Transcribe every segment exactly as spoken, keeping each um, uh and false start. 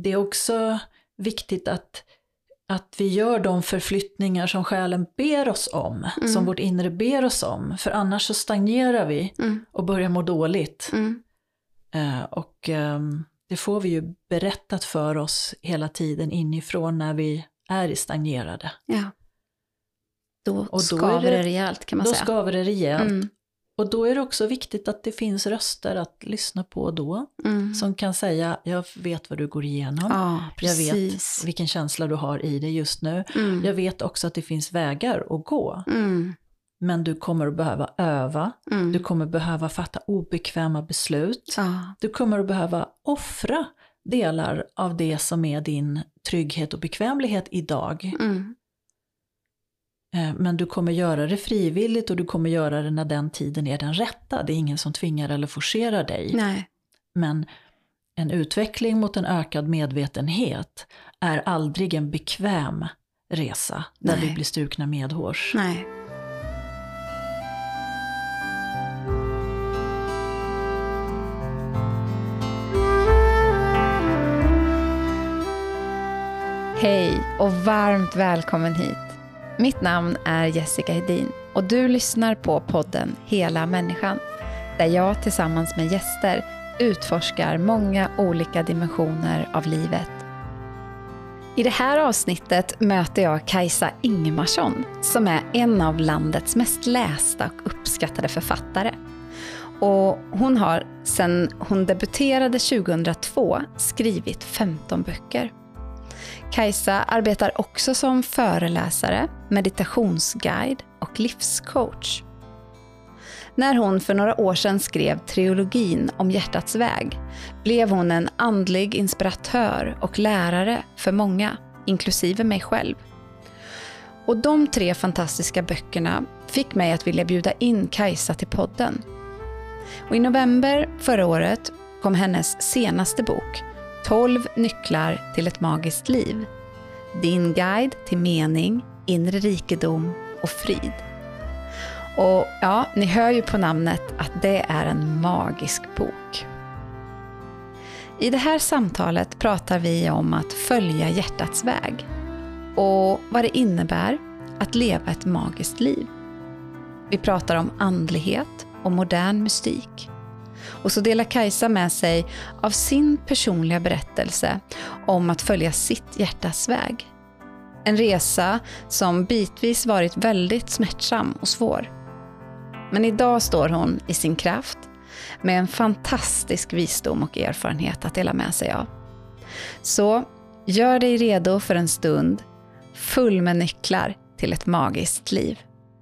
det är också viktigt att, att vi gör de förflyttningar som själen ber oss om. Mm. Som vårt inre ber oss om. För annars så stagnerar vi mm. och börjar må dåligt. Mm. Uh, och um, det får vi ju berättat för oss hela tiden inifrån när vi är i stagnerade. Ja. Då, och då skaver det, det rejält kan man då säga. Då skaver det rejält. Mm. Och då är det också viktigt att det finns röster att lyssna på då. Mm. Som kan säga, jag vet vad du går igenom. Ja, jag vet vilken känsla du har i dig just nu. Mm. Jag vet också att det finns vägar att gå. Mm. Men du kommer att behöva öva. Mm. Du kommer behöva fatta obekväma beslut. Ja. Du kommer att behöva offra delar av det som är din trygghet och bekvämlighet idag. Mm. Men du kommer göra det frivilligt och du kommer göra det när den tiden är den rätta. Det är ingen som tvingar eller forcerar dig. Nej. Men en utveckling mot en ökad medvetenhet är aldrig en bekväm resa där Nej. vi blir stukna medhårs. Nej. Hej och varmt välkommen hit. Mitt namn är Jessica Hedin och du lyssnar på podden Hela människan, där jag tillsammans med gäster utforskar många olika dimensioner av livet. I det här avsnittet möter jag Kajsa Ingemarsson som är en av landets mest lästa och uppskattade författare. Och hon har sedan hon debuterade tjugohundratvå skrivit femton böcker. Kajsa arbetar också som föreläsare, meditationsguide och livscoach. När hon för några år sedan skrev trilogin om hjärtats väg blev hon en andlig inspiratör och lärare för många, inklusive mig själv. Och de tre fantastiska böckerna fick mig att vilja bjuda in Kajsa till podden. Och i november förra året kom hennes senaste bok, tolv nycklar till ett magiskt liv. Din guide till mening, inre rikedom och frid. Och ja, ni hör ju på namnet att det är en magisk bok. I det här samtalet pratar vi om att följa hjärtats väg och vad det innebär att leva ett magiskt liv. Vi pratar om andlighet och modern mystik. Och så delar Kajsa med sig av sin personliga berättelse om att följa sitt hjärtas väg. En resa som bitvis varit väldigt smärtsam och svår. Men idag står hon i sin kraft med en fantastisk visdom och erfarenhet att dela med sig av. Så gör dig redo för en stund full med nycklar till ett magiskt liv.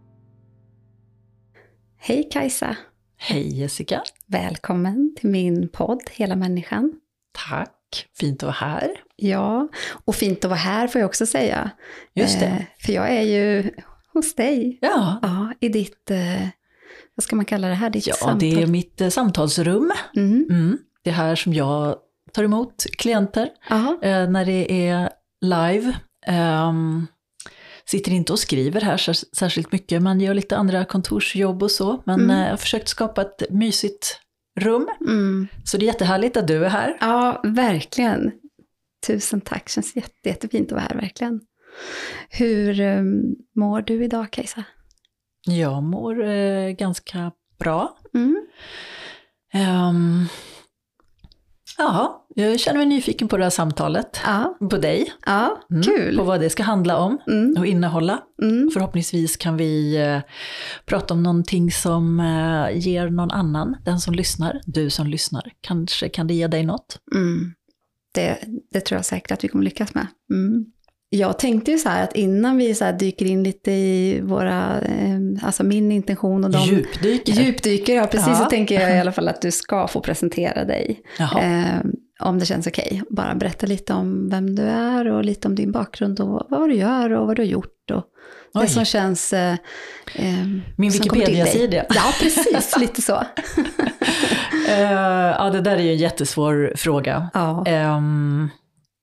Hej Kajsa! Hej Jessica! Välkommen till min podd Hela människan. Tack, fint att vara här. Ja, och fint att vara här får jag också säga. Just det. Eh, för jag är ju hos dig. Ja. Ja, i ditt, eh, vad ska man kalla det här? Ditt ja, samtal. det är mitt eh, samtalsrum. Mm. Mm. Det är här som jag tar emot klienter eh, när det är live. Um, sitter inte och skriver här sär- särskilt mycket. Man gör lite andra kontorsjobb och så. Men mm. eh, jag har försökt skapa ett mysigt rum. Mm. Så det är jättehärligt att du är här. Ja, verkligen. Tusen tack. Känns jätte, jättefint att vara här, verkligen. Hur um, mår du idag, Kajsa? Jag mår eh, ganska bra. Mm. Um, ja, jag känner mig nyfiken på det här samtalet. Ja. På dig. Ja, mm, kul. På vad det ska handla om mm. och innehålla. Mm. Förhoppningsvis kan vi eh, prata om någonting som eh, ger någon annan, den som lyssnar, du som lyssnar. Kanske kan det ge dig något. Mm. Det, det tror jag säkert att vi kommer lyckas med. Mm. Jag tänkte ju så här att innan vi så här dyker in lite i våra, eh, alltså min intention och de djupdyker. Djupdyker, ja precis, ja. Så tänker jag i alla fall att du ska få presentera dig. Eh, om det känns okej. Okay. Bara berätta lite om vem du är och lite om din bakgrund och vad du gör och vad du har gjort och det Oj. som känns... Eh, min Wikipedia-sida. Ja, precis, lite så. uh, ja, det där är ju en jättesvår fråga. Ja. Um,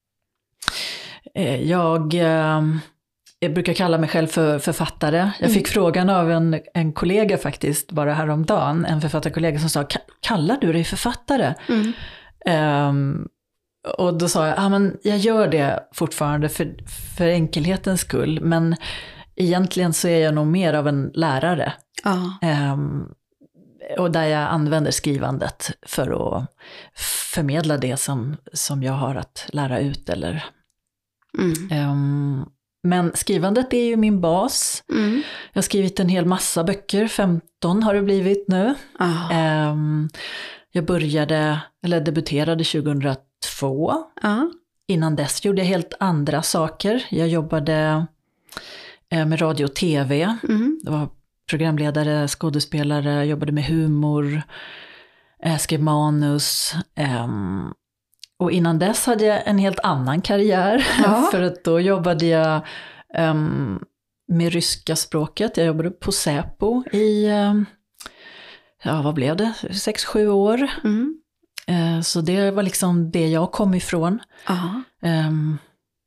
Jag, jag brukar kalla mig själv för författare. Jag Mm. fick frågan av en, en kollega faktiskt, bara häromdagen. En författarkollega som sa, kallar du dig författare? Mm. Um, och då sa jag, ah, men jag gör det fortfarande för, för enkelhetens skull, men egentligen så är jag nog mer av en lärare. Ja. Um, och där jag använder skrivandet för att förmedla det som, som jag har att lära ut. Eller, mm. um, men skrivandet är ju min bas. Mm. Jag har skrivit en hel massa böcker, femton har det blivit nu. Ah. Um, jag började, eller debuterade tjugohundratvå. Ah. Innan dess gjorde jag helt andra saker. Jag jobbade eh, med radio och tv. Mm. Det var programledare, skådespelare, jobbade med humor, eh, skrev manus. Um, och innan dess hade jag en helt annan karriär. Ja. För att då jobbade jag um, med ryska språket. Jag jobbade på Säpo i, um, ja vad blev det, sex, sju år. Mm. Uh, så det var liksom det jag kom ifrån. Ja. Um,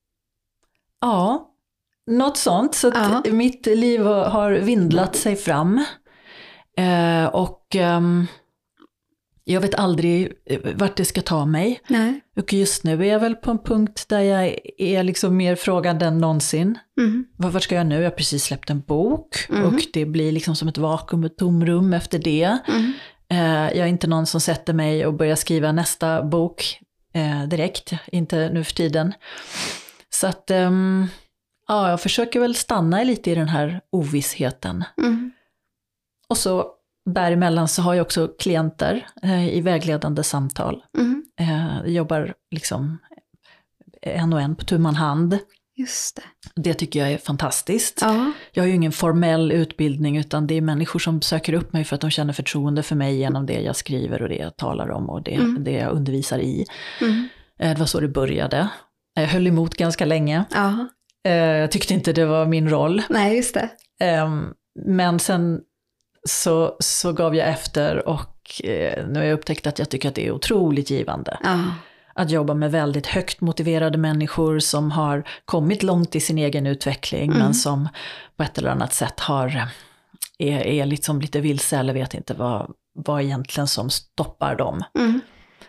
ja, något sånt. Så att mitt liv har vindlat sig fram. Uh, och um, jag vet aldrig vart det ska ta mig. Nej. Och just nu är jag väl på en punkt där jag är liksom mer frågande än någonsin. Mm. Vart ska jag nu? Jag har precis släppt en bok. Mm. Och det blir liksom som ett vakuum, ett tomrum efter det. Mm. Uh, jag är inte någon som sätter mig och börjar skriva nästa bok uh, direkt. Inte nu för tiden. Så att um, ja, jag försöker väl stanna lite i den här ovissheten. Mm. Och så däremellan så har jag också klienter eh, i vägledande samtal. Mm. Eh, jobbar liksom en och en på tu man hand. Just det. Det tycker jag är fantastiskt. Ja. Jag har ju ingen formell utbildning, utan det är människor som söker upp mig för att de känner förtroende för mig genom det jag skriver och det jag talar om och det, Mm. det jag undervisar i. Mm. Eh, det var så det började. Jag höll emot ganska länge. Ja. Eh, jag tyckte inte det var min roll. Nej, just det. Eh, men sen så, så gav jag efter och eh, nu har jag upptäckt att jag tycker att det är otroligt givande. Ja. Att jobba med väldigt högt motiverade människor som har kommit långt i sin egen utveckling Mm. men som på ett eller annat sätt har, är, är liksom lite vilse eller vet inte vad, vad egentligen som stoppar dem. Mm.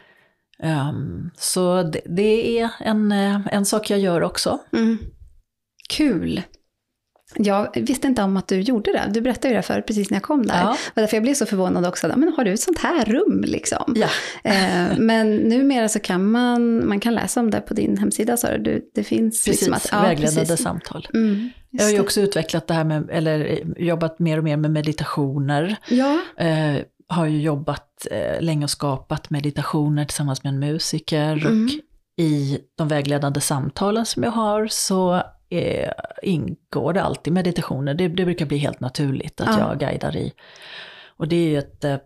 Um, så det, det är en, en sak jag gör också. Mm. Kul. Jag visste inte om att du gjorde det. Du berättade ju det för precis när jag kom där. Ja. Och därför jag blev så förvånad också. Men har du ett sånt här rum liksom? Ja. Eh, men numera så kan man, man kan läsa om det på din hemsida. Så det, det finns Precis, liksom att, ja, vägledande precis. samtal. Mm, Jag har ju det. också utvecklat det här med, eller jobbat mer och mer med meditationer. Ja. Eh, har ju jobbat eh, länge och skapat meditationer tillsammans med en musiker. Mm. Och i de vägledande samtalen som jag har så eh, ingår det alltid meditationer. Det, det brukar bli helt naturligt att Ja. jag guidar i. Och det är ju ett eh,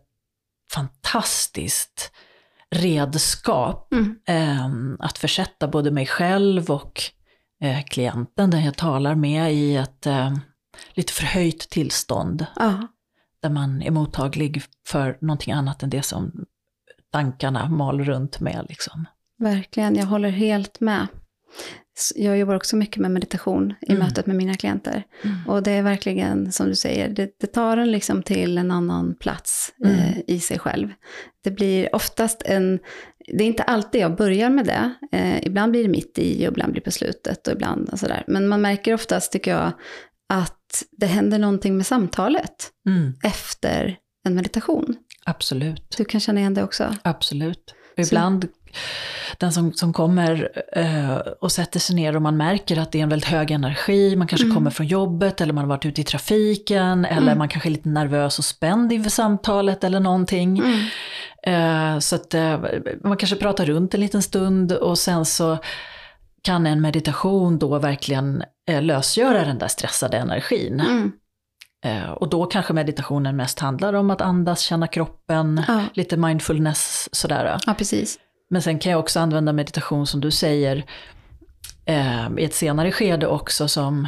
fantastiskt redskap Mm. eh, att försätta både mig själv och eh, klienten där jag talar med i ett eh, lite förhöjt tillstånd. Ja. Där man är mottaglig för någonting annat än det som tankarna mal runt med. Liksom. Verkligen, jag håller helt med. Jag jobbar också mycket med meditation i Mm. mötet med mina klienter. Mm. Och det är verkligen, som du säger, det, det tar en liksom till en annan plats Mm. eh, i sig själv. Det blir oftast en, det är inte alltid jag börjar med det. Eh, ibland blir det mitt i och ibland blir det på slutet och ibland och sådär. Men man märker oftast, tycker jag, att det händer någonting med samtalet Mm. efter en meditation. Absolut. Du kan känna igen det också. Absolut. Och ibland, den som, som kommer eh, och sätter sig ner och man märker att det är en väldigt hög energi, man kanske Mm. kommer från jobbet eller man har varit ute i trafiken eller Mm. man kanske är lite nervös och spänd inför samtalet eller någonting. Mm. Eh, så att eh, man kanske pratar runt en liten stund och sen så kan en meditation då verkligen eh, lösgöra den där stressade energin. Mm. Eh, och då kanske meditationen mest handlar om att andas, känna kroppen, Ja. lite mindfulness sådär. Ja, precis. Men sen kan jag också använda meditation som du säger eh, i ett senare skede också som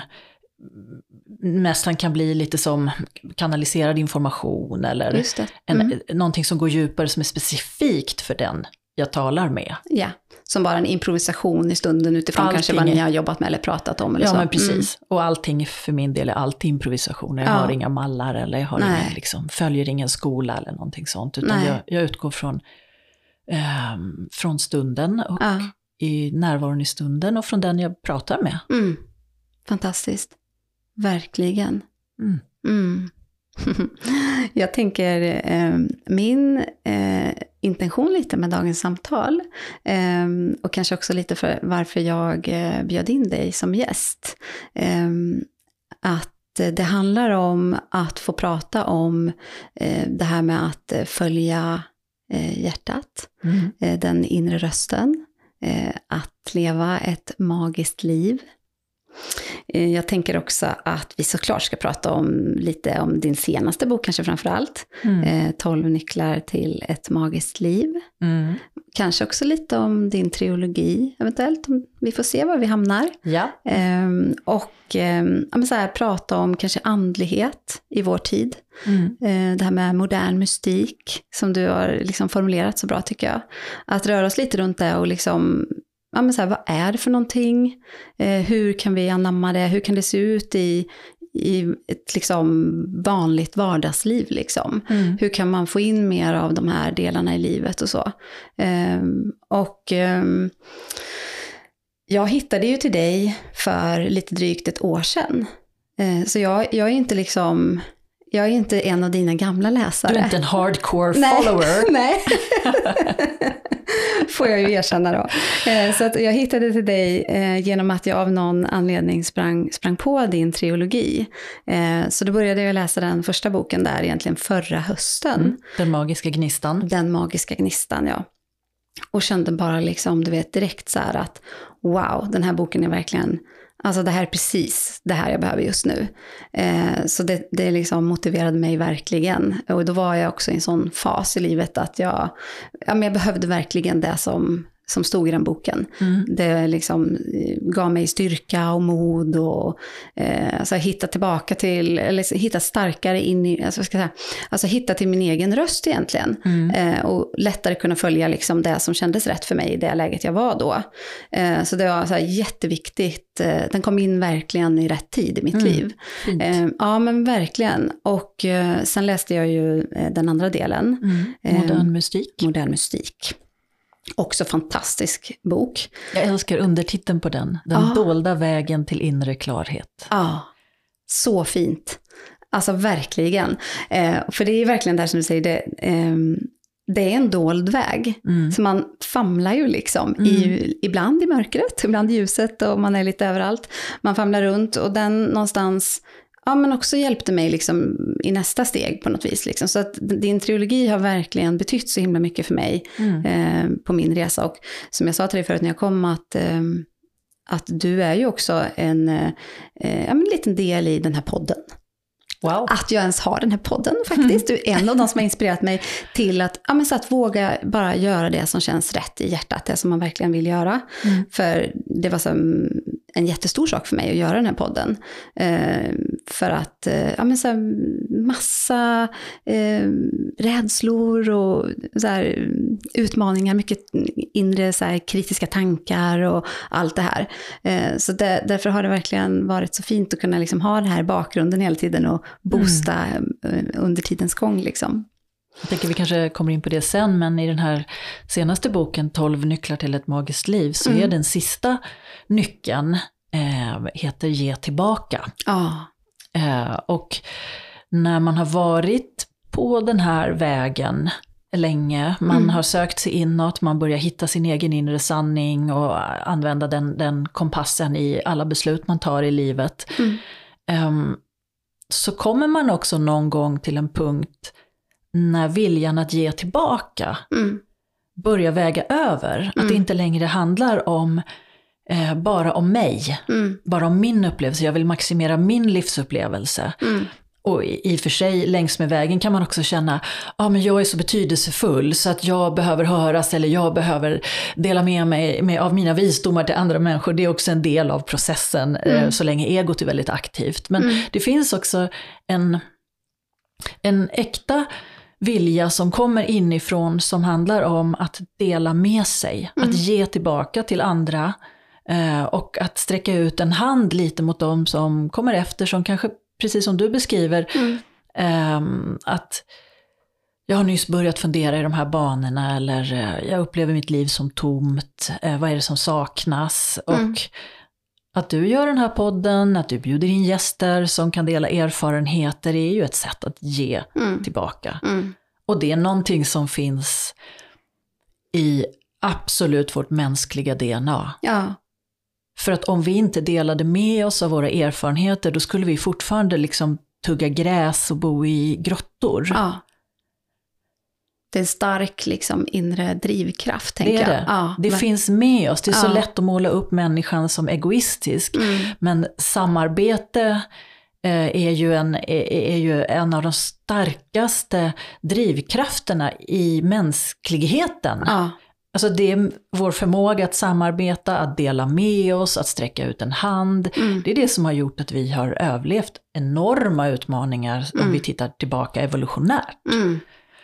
nästan kan bli lite som kanaliserad information eller Just det. en, Mm. någonting som går djupare som är specifikt för den jag talar med. Ja, som bara en improvisation i stunden utifrån Allting kanske vad ni är- har jobbat med eller pratat om eller Ja så. men precis, och allting för min del är alltid improvisationer. Jag Ja. har inga mallar eller jag har Nej. ingen, liksom, följer ingen skola eller någonting sånt. Utan Nej. jag, jag utgår från, ehm, från stunden och Ja. i närvaron i stunden och från den jag pratar med. Mm. Fantastiskt. Verkligen. Mm. Mm. Jag tänker eh, min eh, intention lite med dagens samtal eh, och kanske också lite för varför jag eh, bjöd in dig som gäst. Eh, att det handlar om att få prata om eh, det här med att följa eh, hjärtat, Mm. eh, den inre rösten, eh, att leva ett magiskt liv. Jag tänker också att vi såklart ska prata om lite om din senaste bok, kanske framför allt. Mm. Eh, tolv nycklar till ett magiskt liv. Mm. Kanske också lite om din trilogi, eventuellt. Om vi får se var vi hamnar. Ja. Eh, och eh, ja, men så här, prata om kanske andlighet i vår tid. Mm. Eh, det här med modern mystik, som du har liksom formulerat så bra tycker jag. Att röra oss lite runt det och liksom... Ja, men så här, vad är det för någonting? Eh, hur kan vi anamma det? Hur kan det se ut i, i ett liksom vanligt vardagsliv? Liksom? Mm. Hur kan man få in mer av de här delarna i livet och så? Eh, och eh, jag hittade ju till dig för lite drygt ett år sedan. Eh, så jag, jag är inte liksom... Jag är inte en av dina gamla läsare. Du är inte en hardcore Nej. follower. Nej. Får jag ju erkänna då. Så att jag hittade till dig genom att jag av någon anledning sprang, sprang på din trilogi. Så då började jag läsa den första boken där egentligen förra hösten. Mm. Den magiska gnistan. Den magiska gnistan, ja. Och kände bara liksom, du vet, direkt så här att wow, den här boken är verkligen... Alltså det här är precis det här jag behöver just nu. Eh, så det, det liksom motiverade mig verkligen. Och då var jag också i en sån fas i livet att jag, ja, men jag behövde verkligen det som, som stod i den boken. Mm. Det liksom gav mig styrka och mod och eh, alltså hitta tillbaka till, eller hitta starkare in i, alltså, vad ska jag säga, alltså hitta till min egen röst egentligen. Mm. Eh, och lättare kunna följa liksom det som kändes rätt för mig i det läget jag var då. Eh, så det var så här jätteviktigt. Eh, den kom in verkligen i rätt tid i mitt mm. liv. Eh, ja men verkligen. Och eh, sen läste jag ju eh, den andra delen. Mm. Modern eh, mystik. Modern mystik. Också fantastisk bok. Jag älskar undertiteln på den. Den ah. dolda vägen till inre klarhet. Ja, ah, så fint. Alltså verkligen. Eh, för det är verkligen där som du säger, det, eh, det är en dold väg. Mm. Så man famlar ju liksom, mm. i, ibland i mörkret, ibland i ljuset och man är lite överallt. Man famlar runt och den någonstans... Ja, men också hjälpte mig liksom i nästa steg på något vis. Liksom. Så att din trilogi har verkligen betytt så himla mycket för mig mm. eh, på min resa. Och som jag sa till dig förut när jag kom, att, eh, att du är ju också en, eh, ja, men en liten del i den här podden. Wow. Att jag ens har den här podden faktiskt. Du är en av de som har inspirerat mig till att, ja, men så att våga bara göra det som känns rätt i hjärtat. Det som man verkligen vill göra. Mm. För det var som en jättestor sak för mig att göra den här podden. Eh, för att, eh, ja men så här, massa eh, rädslor och så här, utmaningar, mycket inre så här, kritiska tankar och allt det här. Eh, så det, därför har det verkligen varit så fint att kunna liksom ha den här bakgrunden hela tiden och boosta mm. under tidens gång liksom. Jag tänker vi kanske kommer in på det sen, men i den här senaste boken, tolv nycklar till ett magiskt liv, så mm. är den sista nyckeln eh, heter Ge tillbaka. Ah. Eh, och när man har varit på den här vägen länge, man mm. har sökt sig inåt, man börjar hitta sin egen inre sanning och använda den, den kompassen i alla beslut man tar i livet. Mm. Eh, så kommer man också någon gång till en punkt när viljan att ge tillbaka mm. börjar väga över. Mm. Att det inte längre handlar om eh, bara om mig. Mm. Bara om min upplevelse. Jag vill maximera min livsupplevelse. Mm. Och i, i och för sig längs med vägen kan man också känna, ja ah, men jag är så betydelsefull så att jag behöver höras eller jag behöver dela med mig med, av mina visdomar till andra människor. Det är också en del av processen mm. eh, så länge egot är väldigt aktivt. Men mm. det finns också en, en äkta vilja som kommer inifrån som handlar om att dela med sig, mm. att ge tillbaka till andra eh, och att sträcka ut en hand lite mot dem som kommer efter, som kanske, precis som du beskriver, mm. eh, att jag har nyss börjat fundera i de här banorna, eller eh, jag upplever mitt liv som tomt, eh, vad är det som saknas? Mm. Och att du gör den här podden, att du bjuder in gäster som kan dela erfarenheter är ju ett sätt att ge mm. tillbaka. Mm. Och det är någonting som finns i absolut vårt mänskliga D N A. Ja. För att om vi inte delade med oss av våra erfarenheter, då skulle vi fortfarande liksom tugga gräs och bo i grottor. Ja. Det är en stark liksom, inre drivkraft, tänker det är det. jag. Ja, det men... finns med oss. Det är ja. så lätt att måla upp människan som egoistisk. Mm. Men samarbete eh, är, ju en, är, är ju en av de starkaste drivkrafterna i mänskligheten. Ja. Alltså det är vår förmåga att samarbeta, att dela med oss, att sträcka ut en hand. Mm. Det är det som har gjort att vi har överlevt enorma utmaningar mm. om vi tittar tillbaka evolutionärt. Mm.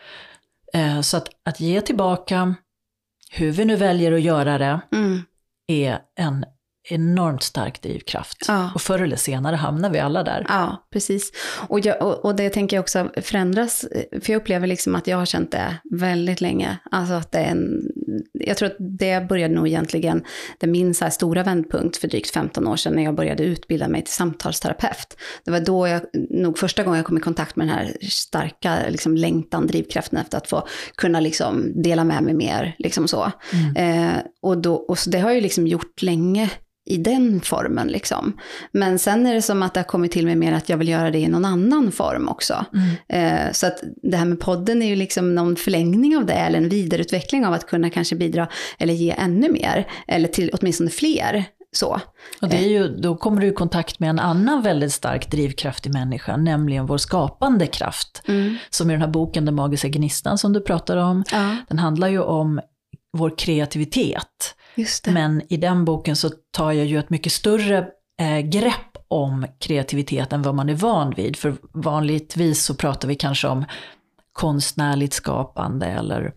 Så att, att ge tillbaka, hur vi nu väljer att göra det, mm. är en enormt stark drivkraft. Ja. Och förr eller senare hamnar vi alla där. Ja, precis. Och, jag, och, och det tänker jag också förändras, för jag upplever liksom att jag har känt det väldigt länge. Alltså att det är en, jag tror att det började nog egentligen, det är min så här stora vändpunkt för drygt femton år sedan när jag började utbilda mig till samtalsterapeut. Det var då jag, nog första gången jag kom i kontakt med den här starka liksom, längtan, drivkraften efter att få kunna liksom, dela med mig mer. Liksom så. Mm. Eh, och, då, och så det har jag ju liksom gjort länge i den formen liksom. Men sen är det som att det har kommit till mig mer att jag vill göra det i någon annan form också. Mm. Eh, så att det här med podden är ju liksom någon förlängning av det, eller en vidareutveckling av att kunna kanske bidra eller ge ännu mer, eller till åtminstone fler. Så. Och det är ju, då kommer du i kontakt med en annan väldigt stark drivkraft i människan, nämligen vår skapande kraft. Mm. Som i den här boken Den magiska gnistan som du pratar om. Ja. Den handlar ju om vår kreativitet. Just det. Men i den boken så tar jag ju ett mycket större eh, grepp om kreativitet än vad man är van vid. För vanligtvis så pratar vi kanske om konstnärligt skapande eller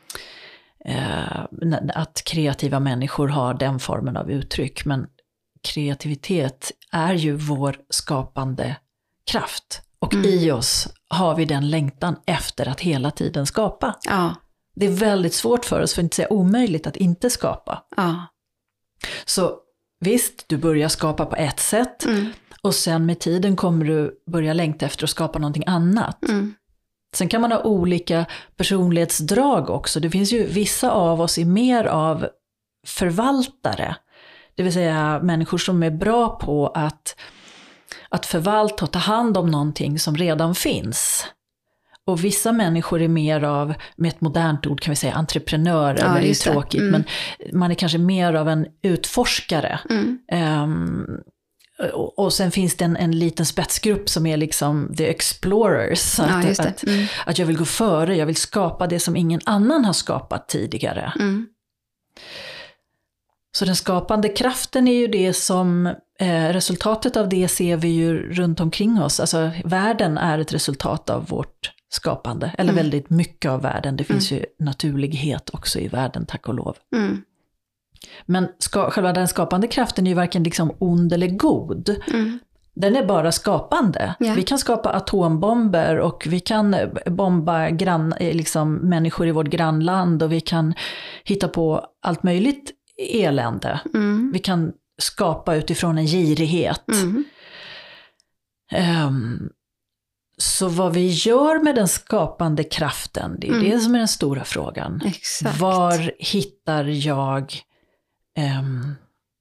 eh, att kreativa människor har den formen av uttryck. Men kreativitet är ju vår skapande kraft. Och mm. i oss har vi den längtan efter att hela tiden skapa. Ja. Det är väldigt svårt för oss, för att inte säga omöjligt, att inte skapa. Ja. Så visst, du börjar skapa på ett sätt. Mm. Och sen med tiden kommer du börja längta efter att skapa någonting annat. Mm. Sen kan man ha olika personlighetsdrag också. Det finns ju vissa av oss är mer av förvaltare. Det vill säga människor som är bra på att, att förvalta och ta hand om någonting som redan finns. Och vissa människor är mer av, med ett modernt ord kan vi säga, entreprenörer, ja, men det är tråkigt. Mm. Men man är kanske mer av en utforskare. Mm. Um, och, och sen finns det en, en liten spetsgrupp som är liksom the explorers. Ja, att, att, mm. att jag vill gå före, jag vill skapa det som ingen annan har skapat tidigare. Mm. Så den skapande kraften är ju det som, eh, resultatet av det ser vi ju runt omkring oss. Alltså världen är ett resultat av vårt skapande, eller mm. väldigt mycket av världen. Det finns mm. ju naturlighet också i världen, tack och lov. Mm. Men ska, själva den skapande kraften är ju varken liksom ond eller god. Mm. Den är bara skapande. Yeah. Vi kan skapa atombomber och vi kan bomba grann, liksom, människor i vårt grannland och vi kan hitta på allt möjligt elände. Mm. Vi kan skapa utifrån en girighet. Mm. Um, Så vad vi gör med den skapande kraften, det är mm. det som är den stora frågan. Exakt. Var hittar jag um,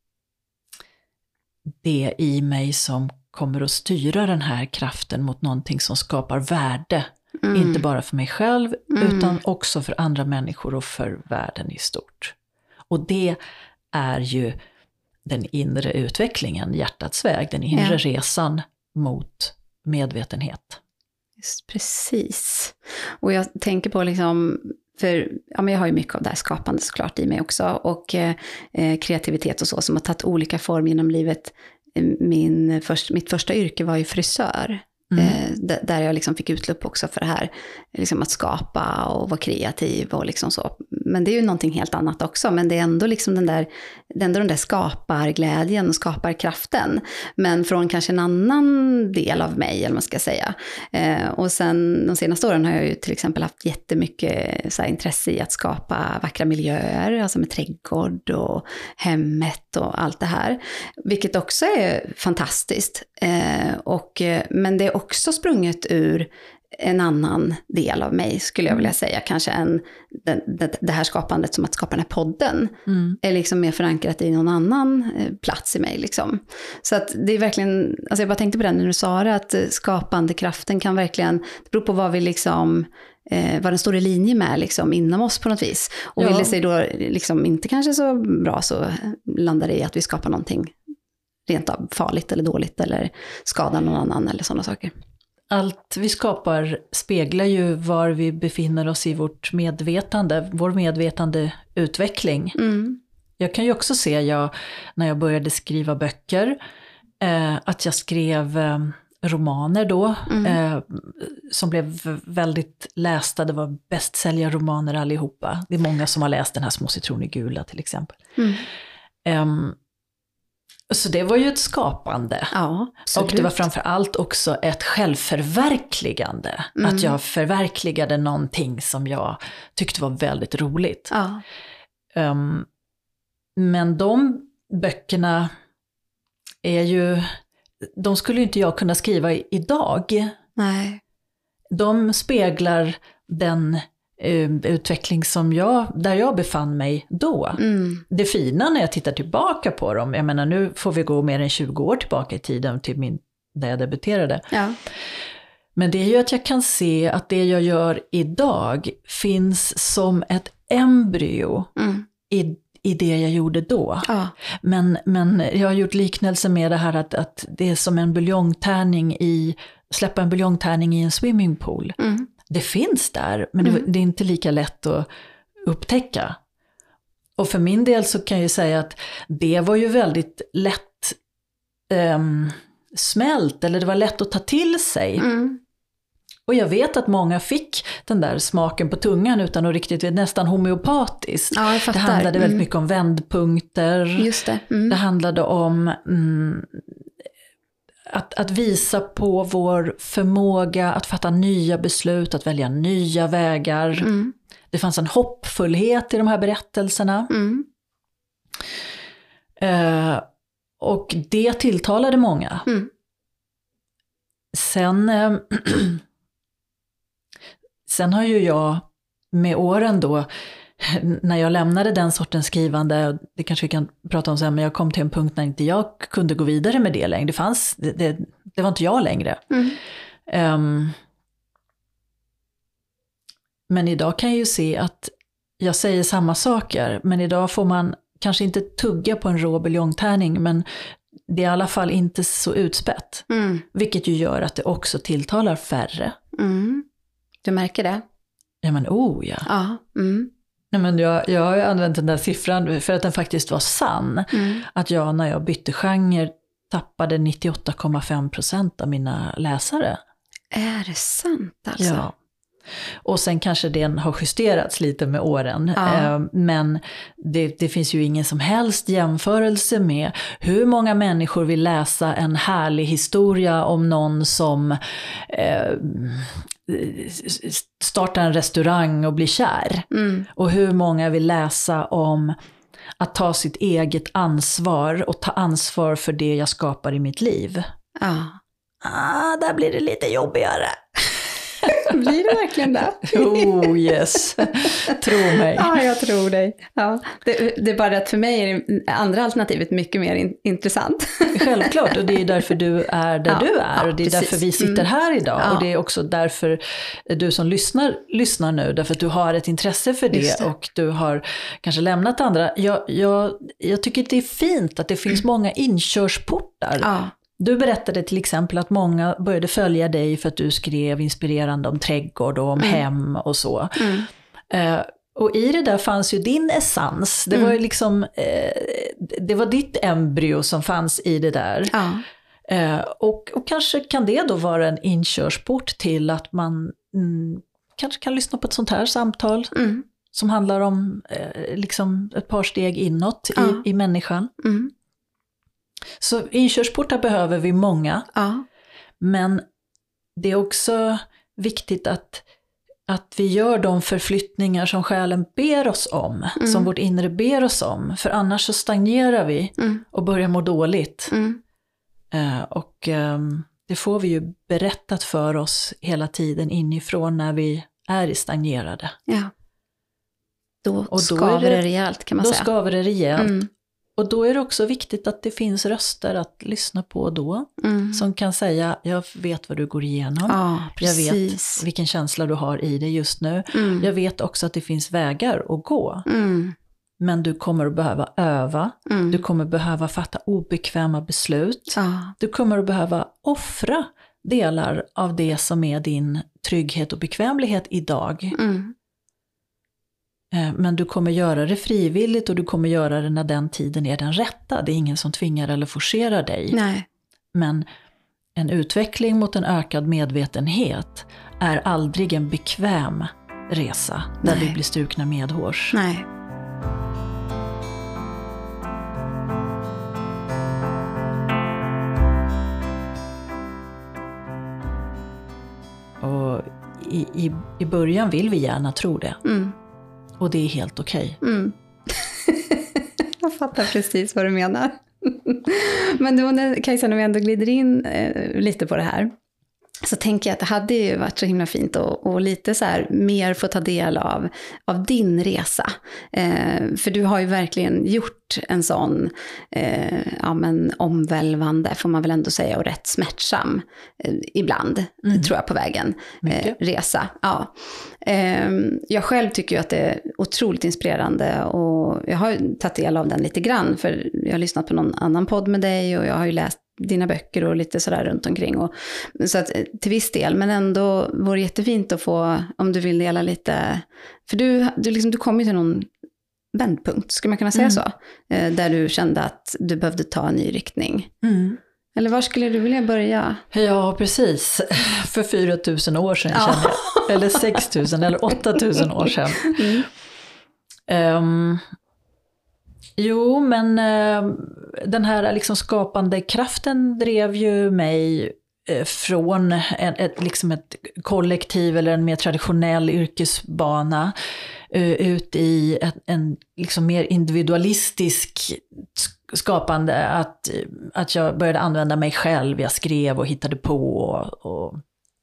det i mig som kommer att styra den här kraften mot någonting som skapar värde? Mm. Inte bara för mig själv, mm. utan också för andra människor och för världen i stort. Och det är ju den inre utvecklingen, hjärtats väg, den inre ja. resan mot medvetenhet. Just precis. Och jag tänker på liksom, för ja, men jag har ju mycket av det här skapande såklart i mig också, och eh, kreativitet och så som har tagit olika form genom livet. Min först, mitt första yrke var ju frisör. Mm. Eh, där jag liksom fick utlopp också för det här liksom att skapa och vara kreativ och liksom så. Men det är ju någonting helt annat också, men det är ändå liksom den där det är ändå den där skaparglädjen och skaparkraften. Men från kanske en annan del av mig, eller vad man ska säga. Eh, och sen de senaste åren har jag ju till exempel haft jättemycket så här, intresse i att skapa vackra miljöer. Alltså med trädgård och hemmet och allt det här. Vilket också är fantastiskt. Eh, och, men det är också sprunget ur en annan del av mig, skulle jag vilja säga. Kanske än det, det, det här skapandet som att skapa den här podden. Mm. Är liksom mer förankrat i någon annan plats i mig. Liksom. Så att det är verkligen, alltså jag bara tänkte på det när du sa det, att skapande kraften kan verkligen, det beror på vad vi liksom, eh, vad den står i linje med liksom, inom oss på något vis. Och ja. Vill det sig då liksom inte kanske så bra, så landar det i att vi skapar någonting rent av farligt eller dåligt eller skadar någon annan eller sådana saker. Allt vi skapar speglar ju var vi befinner oss i vårt medvetande, vår medvetande utveckling. Mm. Jag kan ju också se, jag, när jag började skriva böcker, eh, att jag skrev eh, romaner då, mm. eh, som blev väldigt lästa. Det var bästsäljarromaner allihopa. Det är många som har läst den här Små citroner gula till exempel. Mm. Um, Så det var ju ett skapande. Ja, och det var framför allt också ett självförverkligande. Mm. Att jag förverkligade någonting som jag tyckte var väldigt roligt. Ja. Um, men de böckerna är ju, de skulle ju inte jag kunna skriva idag. Nej. De speglar den utveckling som jag, där jag befann mig då. Mm. Det fina när jag tittar tillbaka på dem, jag menar nu får vi gå mer än tjugo år tillbaka i tiden till min, där jag debuterade. Ja. Men det är ju att jag kan se att det jag gör idag finns som ett embryo mm. i, i det jag gjorde då. Ja. Men, men jag har gjort liknelse med det här att, att det är som en buljongtärning i, släppa en buljongtärning i en swimmingpool. Mm. Det finns där, men mm. det, det är inte lika lätt att upptäcka. Och för min del så kan jag ju säga att det var ju väldigt lätt um, smält, eller det var lätt att ta till sig. Mm. Och jag vet att många fick den där smaken på tungan utan att riktigt, nästan homeopatiskt. Ja, jag fattar. Det handlade väldigt mm. mycket om vändpunkter. Just det. Mm. Det handlade om mm, att, att visa på vår förmåga att fatta nya beslut, att välja nya vägar. Mm. Det fanns en hoppfullhet i de här berättelserna. Mm. Eh, och det tilltalade många. Mm. Sen, eh, sen har ju jag med åren då, när jag lämnade den sortens skrivande, det kanske vi kan prata om sen, men jag kom till en punkt när inte jag kunde gå vidare med det längre. Det fanns, det, det, det var inte jag längre. Mm. Um, men idag kan jag ju se att jag säger samma saker, men idag får man kanske inte tugga på en rå buljongtärning, men det är i alla fall inte så utspätt. Mm. Vilket ju gör att det också tilltalar färre. Mm. Du märker det? Ja men oh ja. Ja. Mm. Nej, men jag, jag har ju använt den där siffran för att den faktiskt var sann. Mm. Att jag när jag bytte genre tappade nittioåtta komma fem procent av mina läsare. Är det sant alltså? Ja. Och sen kanske den har justerats lite med åren. Ja. Men det, det finns ju ingen som helst jämförelse med hur många människor vill läsa en härlig historia om någon som eh, startar en restaurang och blir kär. Mm. Och hur många vill läsa om att ta sitt eget ansvar och ta ansvar för det jag skapar i mitt liv. Ja. Ah, där blir det lite jobbigare. Blir det verkligen det? Oh yes, tro mig. Ja, jag tror dig. Ja, det, det är bara att för mig är det andra alternativet mycket mer in, intressant. Självklart, och det är därför du är där ja, du är. Ja, och det är precis. Därför vi sitter här idag. Mm. Och det är också därför du som lyssnar, lyssnar nu. Därför att du har ett intresse för det, det. Och du har kanske lämnat andra. Jag, jag, jag tycker att det är fint att det finns mm. många inkörsportar. Ja. Du berättade till exempel att många började följa dig för att du skrev inspirerande om trädgård och om mm. hem och så. Mm. Uh, och i det där fanns ju din essens. Det mm. var ju liksom, uh, det var ditt embryo som fanns i det där. Ja. Uh, och, och kanske kan det då vara en inkörsport till att man mm, kanske kan lyssna på ett sånt här samtal. Mm. som handlar om eh, liksom ett par steg inåt ja. i, i människan. Mm. Så inkörsportar behöver vi många. Ja. Men det är också viktigt att, att vi gör de förflyttningar som själen ber oss om. Mm. Som vårt inre ber oss om. För annars så stagnerar vi mm. och börjar må dåligt. Mm. Uh, och um, det får vi ju berättat för oss hela tiden inifrån när vi är stagnerade. Ja. Då, och då skaver det, det rejält kan man då säga. Då skaver det rejält. Mm. Och då är det också viktigt att det finns röster att lyssna på då. Mm. Som kan säga, jag vet vad du går igenom. Ja, jag vet vilken känsla du har i dig just nu. Mm. Jag vet också att det finns vägar att gå. Mm. Men du kommer att behöva öva. Mm. Du kommer behöva fatta obekväma beslut. Ja. Du kommer att behöva offra delar av det som är din trygghet och bekvämlighet idag. Mm. Men du kommer göra det frivilligt och du kommer göra det när den tiden är den rätta. Det är ingen som tvingar eller forcerar dig. Nej. Men en utveckling mot en ökad medvetenhet är aldrig en bekväm resa där Nej. vi blir strukna medhårs. Nej. Och i, i, i början vill vi gärna tro det. Mm. Och det är helt okej. Okay. Mm. Jag fattar precis vad du menar. Men då när, Kajsa, när vi ändå glider in eh, lite på det här, så tänker jag att det hade ju varit så himla fint och, och lite så här mer få ta del av, av din resa. Eh, för du har ju verkligen gjort en sån eh, ja, men omvälvande, får man väl ändå säga, och rätt smärtsam eh, ibland, mm. tror jag, på vägen eh, resa. Ja. Eh, jag själv tycker ju att det är otroligt inspirerande och jag har ju tagit del av den lite grann, för jag har lyssnat på någon annan podd med dig och jag har ju läst dina böcker och lite sådär runt omkring. Och, så att till viss del, men ändå vore jättefint att få, om du vill dela lite, för du, du, liksom, du kom ju till någon vändpunkt, skulle man kunna säga mm. så, eh, där du kände att du behövde ta en ny riktning. Mm. Eller var skulle du vilja börja? Ja, precis. För fyra tusen år sedan, ja. kände jag. Eller sex tusen eller åtta tusen år sedan. Mm. Um, Jo, men eh, den här liksom skapande kraften drev ju mig eh, från en, ett, liksom ett kollektiv eller en mer traditionell yrkesbana eh, ut i ett, en liksom mer individualistisk skapande. Att, att jag började använda mig själv, jag skrev och hittade på. Och, och,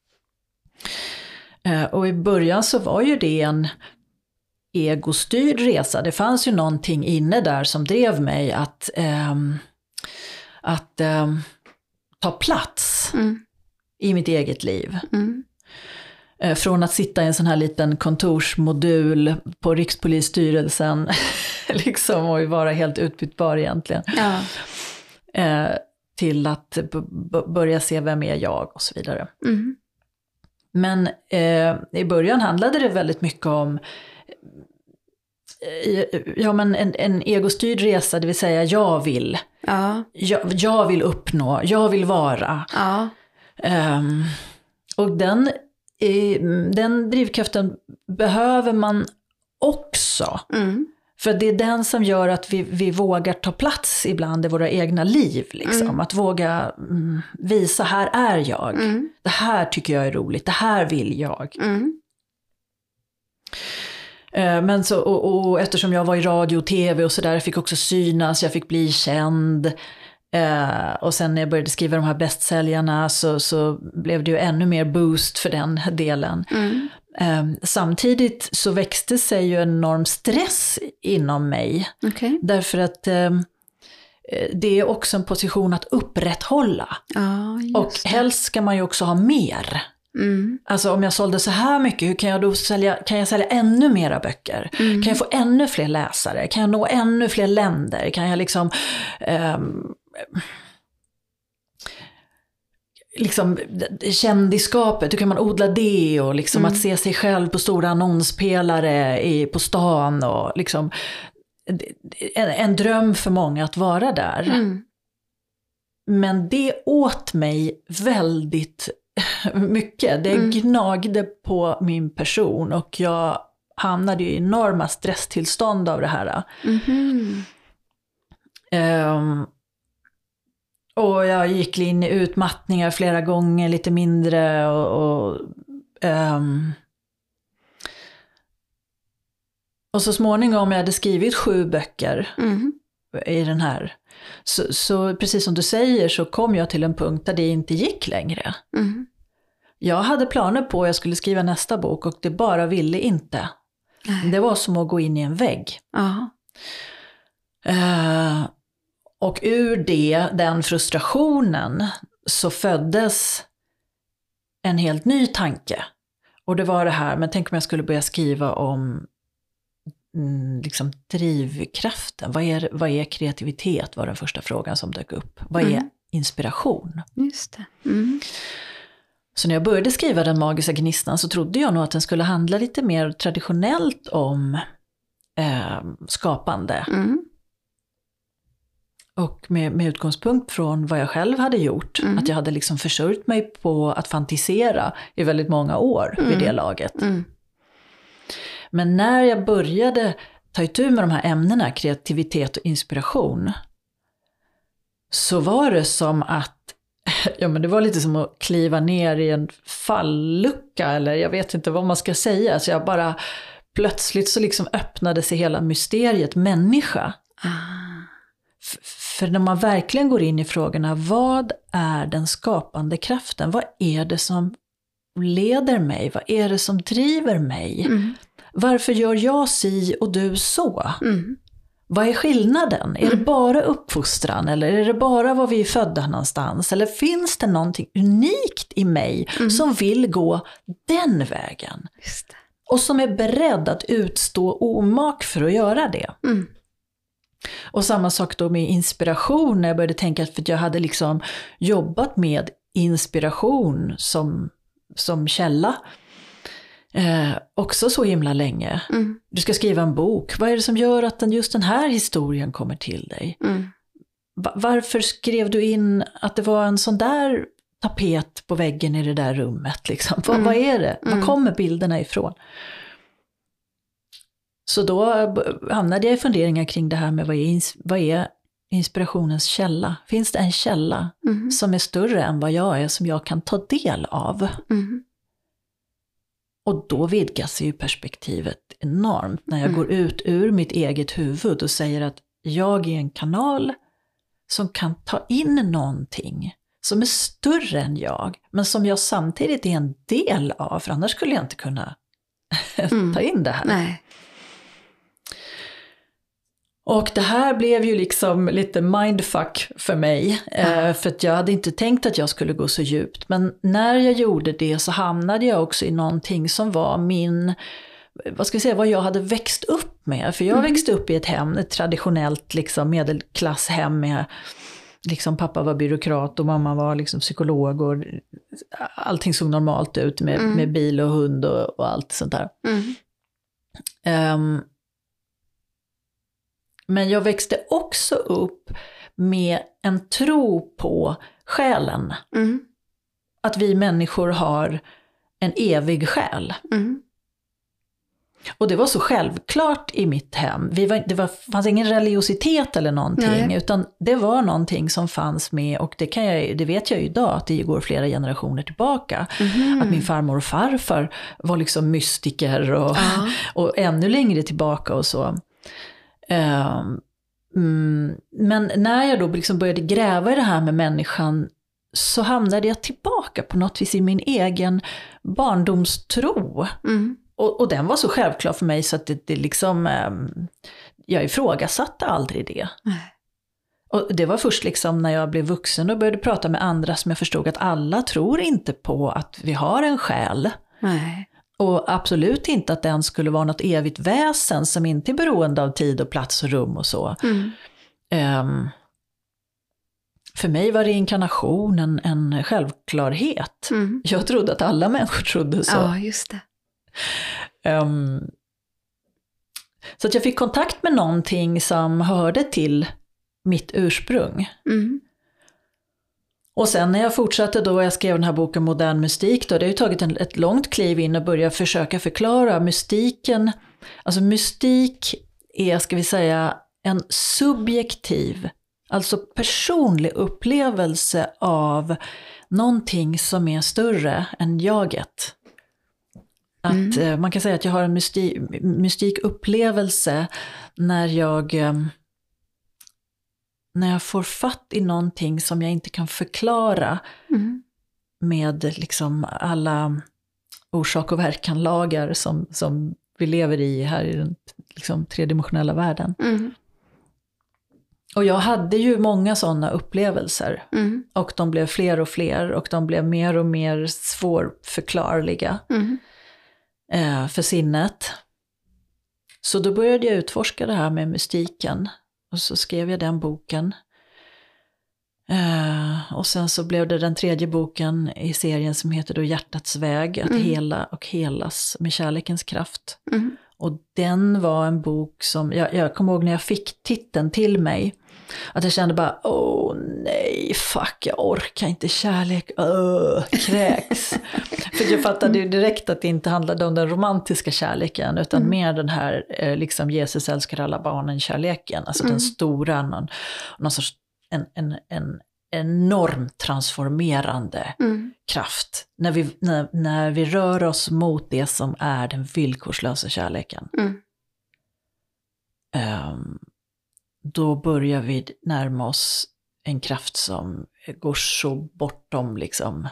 eh, och i början så var ju det en egostyrd resa. Det fanns ju någonting inne där som drev mig att, ähm, att ähm, ta plats mm. i mitt eget liv. Mm. Äh, från att sitta i en sån här liten kontorsmodul på Rikspolisstyrelsen liksom, och vara helt utbytbar egentligen. Ja. Äh, till att b- b- börja se vem är jag och så vidare. Mm. Men äh, i början handlade det väldigt mycket om ja, men en, en egostyrd resa, det vill säga jag vill. Ja. Jag, jag vill uppnå, jag vill vara. Ja. Um, och den, den drivkraften behöver man också. Mm. För det är den som gör att vi, vi vågar ta plats ibland i våra egna liv. Liksom. Mm. Att våga mm, visa, här är jag. Mm. Det här tycker jag är roligt, det här vill jag. Mm. Men så, och, och eftersom jag var i radio och tv och sådär, jag fick också synas, jag fick bli känd. Eh, och sen när jag började skriva de här bästsäljarna så, så blev det ju ännu mer boost för den delen. Mm. Eh, samtidigt så växte sig ju en enorm stress inom mig. Okay. Därför att eh, det är också en position att upprätthålla. Ah, just och helst ska man ju också ha mer. Mm. Alltså om jag sålde så här mycket, hur kan jag då sälja, kan jag sälja ännu mera böcker? Mm. Kan jag få ännu fler läsare? Kan jag nå ännu fler länder? Kan jag liksom um, liksom kändisskapet, hur kan man odla det? Och liksom mm. att se sig själv på stora annonspelare i, på stan och liksom en, en dröm för många att vara där. Mm. Men det åt mig väldigt mycket. Det mm. gnagde på min person och jag hamnade i enorma stresstillstånd av det här. Mm-hmm. Um, och jag gick in i utmattningar flera gånger, lite mindre. Och, och, um, och så småningom jag hade skrivit sju böcker mm. i den här. Så, så precis som du säger så kom jag till en punkt där det inte gick längre. Mm. Jag hade planer på att jag skulle skriva nästa bok och det bara ville inte. Nej. Det var som att gå in i en vägg. Uh-huh. Uh, och ur det, den frustrationen, så föddes en helt ny tanke. Och det var det här, men tänk om jag skulle börja skriva om mm, liksom drivkraften. Vad är, vad är kreativitet, var den första frågan som dök upp. Vad är mm. inspiration? Just det. Mm. Så när jag började skriva Den magiska gnistan så trodde jag nog att den skulle handla lite mer traditionellt om eh, skapande. Mm. Och med, med utgångspunkt från vad jag själv hade gjort. Mm. Att jag hade liksom försörjt mig på att fantisera i väldigt många år mm. vid det laget. Mm. Men när jag började ta itu med de här ämnena, kreativitet och inspiration, så var det som att ja, men det var lite som att kliva ner i en fallucka, eller jag vet inte vad man ska säga. Så jag bara, plötsligt så liksom öppnade sig hela mysteriet människa. Ah. F- för när man verkligen går in i frågorna, vad är den skapande kraften? Vad är det som leder mig? Vad är det som driver mig? Mm. Varför gör jag si och du så? Mm. Vad är skillnaden? Mm. Är det bara uppfostran eller är det bara var vi är födda någonstans? Eller finns det någonting unikt i mig mm. som vill gå den vägen? Just det. Och som är beredd att utstå omak för att göra det. Mm. Och samma sak då med inspiration, när jag började tänka, för att jag hade liksom jobbat med inspiration som, som källa. Eh, också så himla länge. Mm. Du ska skriva en bok. Vad är det som gör att den, just den här historien kommer till dig? Mm. Va- varför skrev du in att det var en sån där tapet på väggen i det där rummet? Liksom? Va- mm. Vad är det? Mm. Var kommer bilderna ifrån? Så då hamnade jag i funderingar kring det här med vad är, ins- vad är inspirationens källa? Finns det en källa mm. som är större än vad jag är, som jag kan ta del av? Mm. Och då vidgas ju perspektivet enormt när jag mm. går ut ur mitt eget huvud och säger att jag är en kanal som kan ta in någonting som är större än jag, men som jag samtidigt är en del av, för annars skulle jag inte kunna mm. ta in det här. Nej. Och det här blev ju liksom lite mindfuck för mig. Ja. För att jag hade inte tänkt att jag skulle gå så djupt. Men när jag gjorde det så hamnade jag också i någonting som var min, vad ska vi säga, vad jag hade växt upp med. För jag mm. växte upp i ett hem, ett traditionellt liksom medelklasshem med, liksom pappa var byråkrat och mamma var liksom psykolog och allting såg normalt ut med, mm. med bil och hund och, och allt sånt där. Mm. Um, Men jag växte också upp med en tro på själen. Mm. Att vi människor har en evig själ. Mm. Och det var så självklart i mitt hem. Vi var, det var, fanns ingen religiositet eller någonting. Nej. Utan det var någonting som fanns med. Och det, kan jag, det vet jag ju idag att det går flera generationer tillbaka. Mm. Att min farmor och farfar var liksom mystiker. Och, ja. och ännu längre tillbaka och så. Um, mm, men när jag då liksom började gräva i det här med människan, så hamnade jag tillbaka på något vis i min egen barndomstro. Mm. Och, och den var så självklar för mig så att det, det liksom, um, jag ifrågasatte aldrig det. Mm. Och det var först liksom när jag blev vuxen och började prata med andra som jag förstod att alla tror inte på att vi har en själ. Nej. Och absolut inte att den skulle vara något evigt väsen som inte är beroende av tid och plats och rum och så. Mm. Um, för mig var reinkarnation en, en självklarhet. Mm. Jag trodde att alla människor trodde så. Ja, just det. Um, så att jag fick kontakt med någonting som hörde till mitt ursprung. Mm. Och sen när jag fortsatte då, jag skrev den här boken Modern mystik, då det har ju tagit en, ett långt kliv in och börja försöka förklara mystiken. Alltså mystik är, ska vi säga, en subjektiv, alltså personlig upplevelse av någonting som är större än jaget. Att, mm. Man kan säga att jag har en mystik, mystik upplevelse när jag, när jag får fatt i någonting som jag inte kan förklara mm. med liksom alla orsak- och verkanlagar som, som vi lever i här i den liksom, tredimensionella världen. Mm. Och jag hade ju många sådana upplevelser. Mm. Och de blev fler och fler. Och de blev mer och mer svårförklarliga. Mm. Eh, för sinnet. Så då började jag utforska det här med mystiken. Och så skrev jag den boken. Eh, och sen så blev det den tredje boken i serien som heter då Hjärtats väg. Att mm. hela och helas med kärlekens kraft. Mm. Och den var en bok som, jag, jag kommer ihåg när jag fick titeln till mig. Att jag kände bara, åh nej, fuck, jag orkar inte kärlek, öh, kräks. För jag fattade ju direkt att det inte handlade om den romantiska kärleken, utan mm. mer den här, liksom Jesus älskar alla barnen kärleken. Alltså mm. den stora, någon, någon sorts, en, en, en enorm transformerande mm. kraft. När vi, när, när vi rör oss mot det som är den villkorslösa kärleken. Mm. Um, då börjar vi närma oss en kraft som går så bortom liksom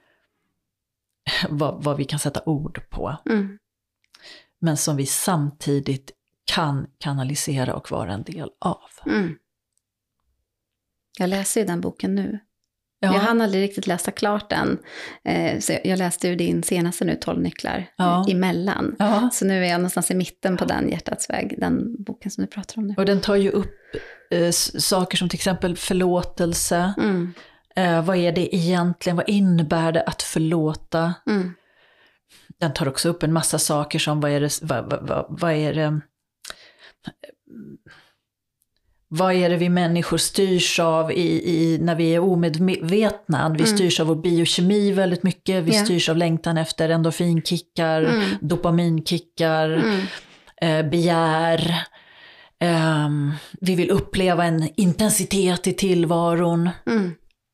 vad, vad vi kan sätta ord på. Mm. Men som vi samtidigt kan kanalisera och vara en del av. Mm. Jag läser ju den boken nu. Ja. Jag hann aldrig riktigt läsa klart den. Eh, så jag läste ju din senaste nu, tolv nycklar, ja. emellan. Ja. Så nu är jag någonstans i mitten på den Hjärtats väg, den boken som du pratar om nu. Och den tar ju upp eh, saker som till exempel förlåtelse. Mm. Eh, vad är det egentligen? Vad innebär det att förlåta? Mm. Den tar också upp en massa saker som vad är det... Vad, vad, vad, vad är det Vad är det vi människor styrs av i, i, när vi är omedvetna? Vi mm. styrs av vår biokemi väldigt mycket. Vi yeah. styrs av längtan efter endorfinkickar, mm. dopaminkickar, mm. eh, begär. Eh, vi vill uppleva en intensitet i tillvaron. Mm.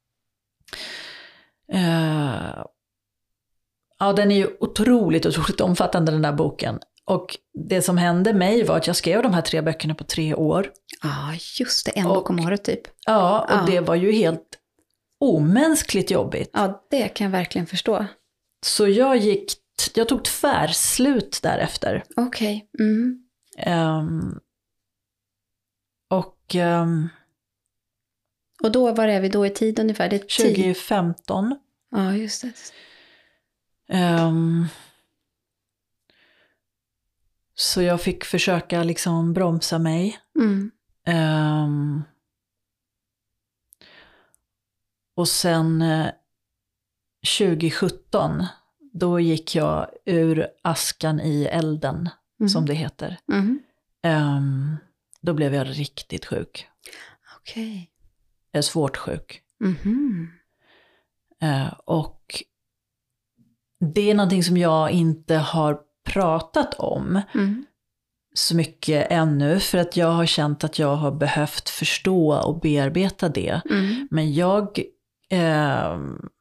Eh, ja, den är ju otroligt, otroligt omfattande, den där boken. Och det som hände mig var att jag skrev de här tre böckerna på tre år. Ja, ah, just det. En bok om året typ. Ja, och ah. det var ju helt omänskligt jobbigt. Ja, det kan jag verkligen förstå. Så jag gick, jag tog tvärslut därefter. Okej. Okay. Mm. Um, och... Um, och då, var är vi då i tid ungefär? Det är tjugo femton. Ja, just det. Um, Så jag fick försöka liksom bromsa mig. Mm. Um, och sen eh, tjugo sjutton, då gick jag ur askan i elden, mm. som det heter. Mm. Um, då blev jag riktigt sjuk. Okej. Okay. Jag är svårt sjuk. Mm-hmm. Uh, och det är någonting som jag inte har pratat om mm. så mycket ännu, för att jag har känt att jag har behövt förstå och bearbeta det. Mm. Men jag eh,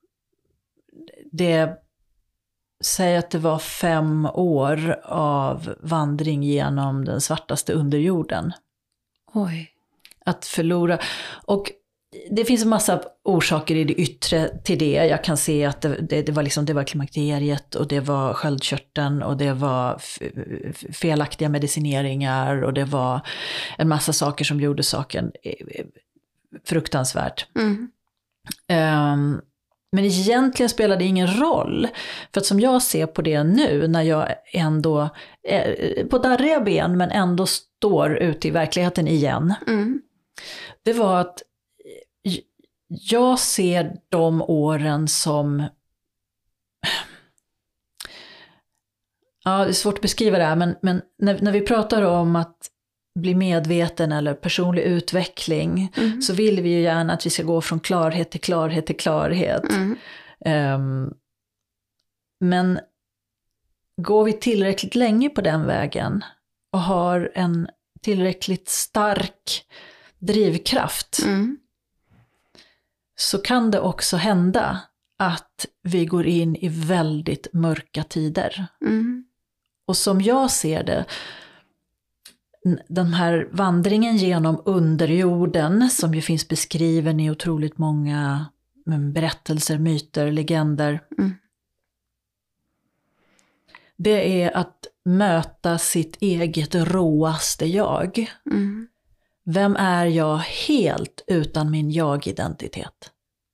det säger att det var fem år av vandring genom den svartaste underjorden. Oj. Att förlora. Och det finns en massa orsaker i det yttre till det. Jag kan se att det, det, det, var, liksom, det var klimakteriet och det var sköldkörteln och det var f- felaktiga medicineringar och det var en massa saker som gjorde saken fruktansvärt. Mm. Um, men egentligen spelar det ingen roll. För att som jag ser på det nu, när jag ändå är på darriga ben men ändå står ute i verkligheten igen. Mm. Det var att jag ser de åren som... Ja, det är svårt att beskriva det här, men, men när, när vi pratar om att bli medveten eller personlig utveckling, mm. så vill vi ju gärna att vi ska gå från klarhet till klarhet till klarhet. Mm. Um, men går vi tillräckligt länge på den vägen och har en tillräckligt stark drivkraft, mm. så kan det också hända att vi går in i väldigt mörka tider. Mm. Och som jag ser det, den här vandringen genom underjorden, som ju finns beskriven i otroligt många berättelser, myter, legender. Mm. Det är att möta sitt eget råaste jag. Mm. Vem är jag helt utan min jag-identitet?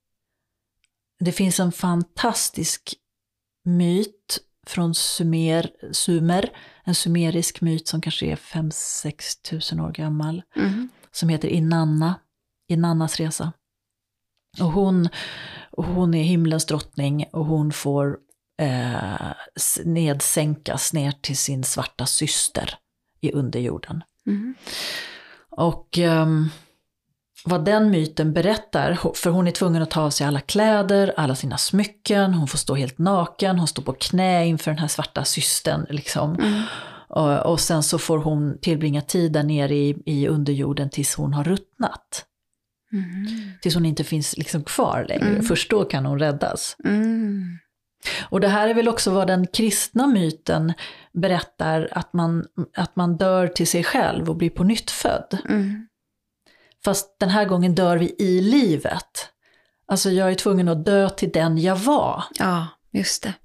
Det finns en fantastisk myt från Sumer, Sumer, en sumerisk myt som kanske är fem sex tusen år gammal, mm. som heter Inanna, Inannas resa. Och hon, och hon är himlens drottning, och hon får eh, nedsänkas ner till sin svarta syster i underjorden. Mm. Och um, vad den myten berättar, för hon är tvungen att ta av sig alla kläder, alla sina smycken, hon får stå helt naken, hon står på knä inför den här svarta systern liksom. Mm. Och, och sen så får hon tillbringa tiden nere i, i underjorden tills hon har ruttnat. Mm. Tills hon inte finns liksom kvar längre, mm. först då kan hon räddas. Mm. Och det här är väl också vad den kristna myten berättar, att man, att man dör till sig själv och blir på nytt född. Mm. Fast den här gången dör vi i livet. Alltså jag är tvungen att dö till den jag var. Ja, just det.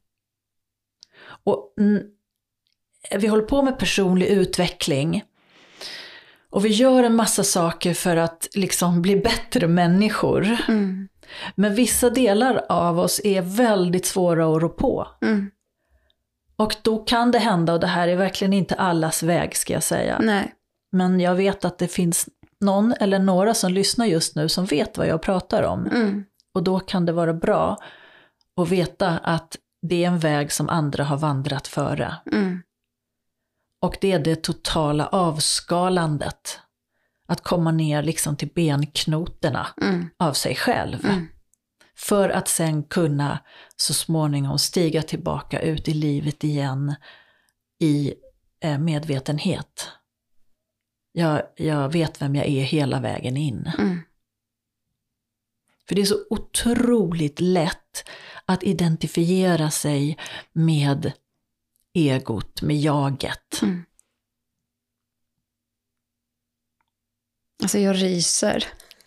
Och mm, vi håller på med personlig utveckling. Och vi gör en massa saker för att liksom bli bättre människor. Mm. Men vissa delar av oss är väldigt svåra att rå på. Mm. Och då kan det hända, och det här är verkligen inte allas väg ska jag säga. Nej. Men jag vet att det finns någon eller några som lyssnar just nu som vet vad jag pratar om. Mm. Och då kan det vara bra att veta att det är en väg som andra har vandrat före. Mm. Och det är det totala avskalandet. Att komma ner liksom till benknoterna mm. av sig själv. Mm. För att sen kunna så småningom stiga tillbaka ut i livet igen i eh, medvetenhet. Jag, jag vet vem jag är hela vägen in. Mm. För det är så otroligt lätt att identifiera sig med egot, med jaget. Mm. Alltså jag ryser.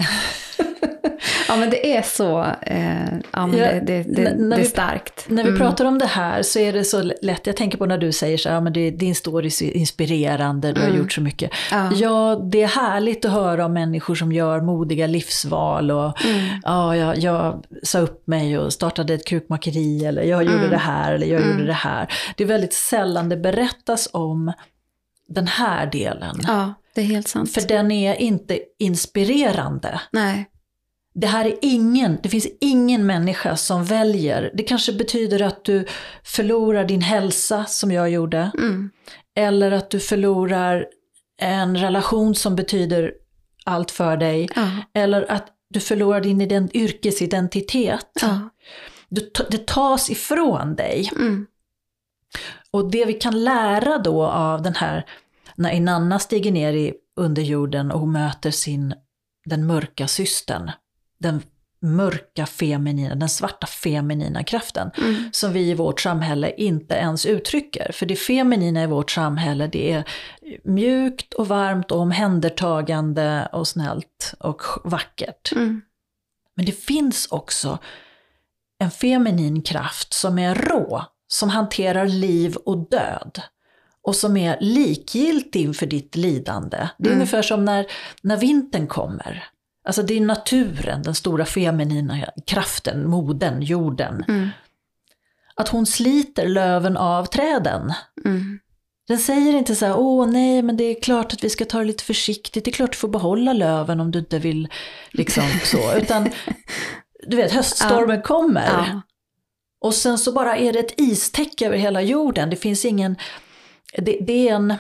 Ja men det är så, eh, ja, men ja, det, det, det, det är vi, starkt. När vi mm. pratar om det här så är det så lätt, jag tänker på när du säger så här, ja, men det, din story är så inspirerande, du mm. har gjort så mycket. Ja. ja, det är härligt att höra om människor som gör modiga livsval och mm. ja, jag, jag sa upp mig och startade ett krukmakeri, eller jag gjorde mm. det här, eller jag mm. gjorde det här. Det är väldigt sällan det berättas om den här delen. Ja, det är helt sant. För den är inte inspirerande. Nej. Det här är ingen, det finns ingen människa som väljer. Det kanske betyder att du förlorar din hälsa som jag gjorde. Mm. Eller att du förlorar en relation som betyder allt för dig. Ja. Eller att du förlorar din ident- yrkesidentitet. Ja. Du, det tas ifrån dig. Mm. Och det vi kan lära då av den här, när Inanna stiger ner i underjorden och möter sin, den mörka systern. Den mörka feminina, den svarta feminina kraften mm. som vi i vårt samhälle inte ens uttrycker. För det feminina i vårt samhälle, det är mjukt och varmt och omhändertagande och snällt och vackert. Mm. Men det finns också en feminin kraft som är rå, som hanterar liv och död. Och som är likgiltig inför ditt lidande. Det är mm. ungefär som när, när vintern kommer. Alltså det är naturen, den stora feminina kraften, moden, jorden. Mm. Att hon sliter löven av träden. Mm. Den säger inte så här, åh nej men det är klart att vi ska ta det lite försiktigt. Det är klart att du får behålla löven om du inte vill liksom så. Utan du vet, höststormen ja. kommer. Ja. Och sen så bara är det ett istäcke över hela jorden. Det finns ingen, det, det är en...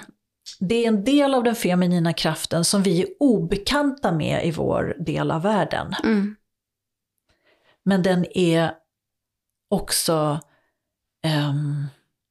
det är en del av den feminina kraften som vi är obekanta med i vår del av världen. Mm. Men den är också um,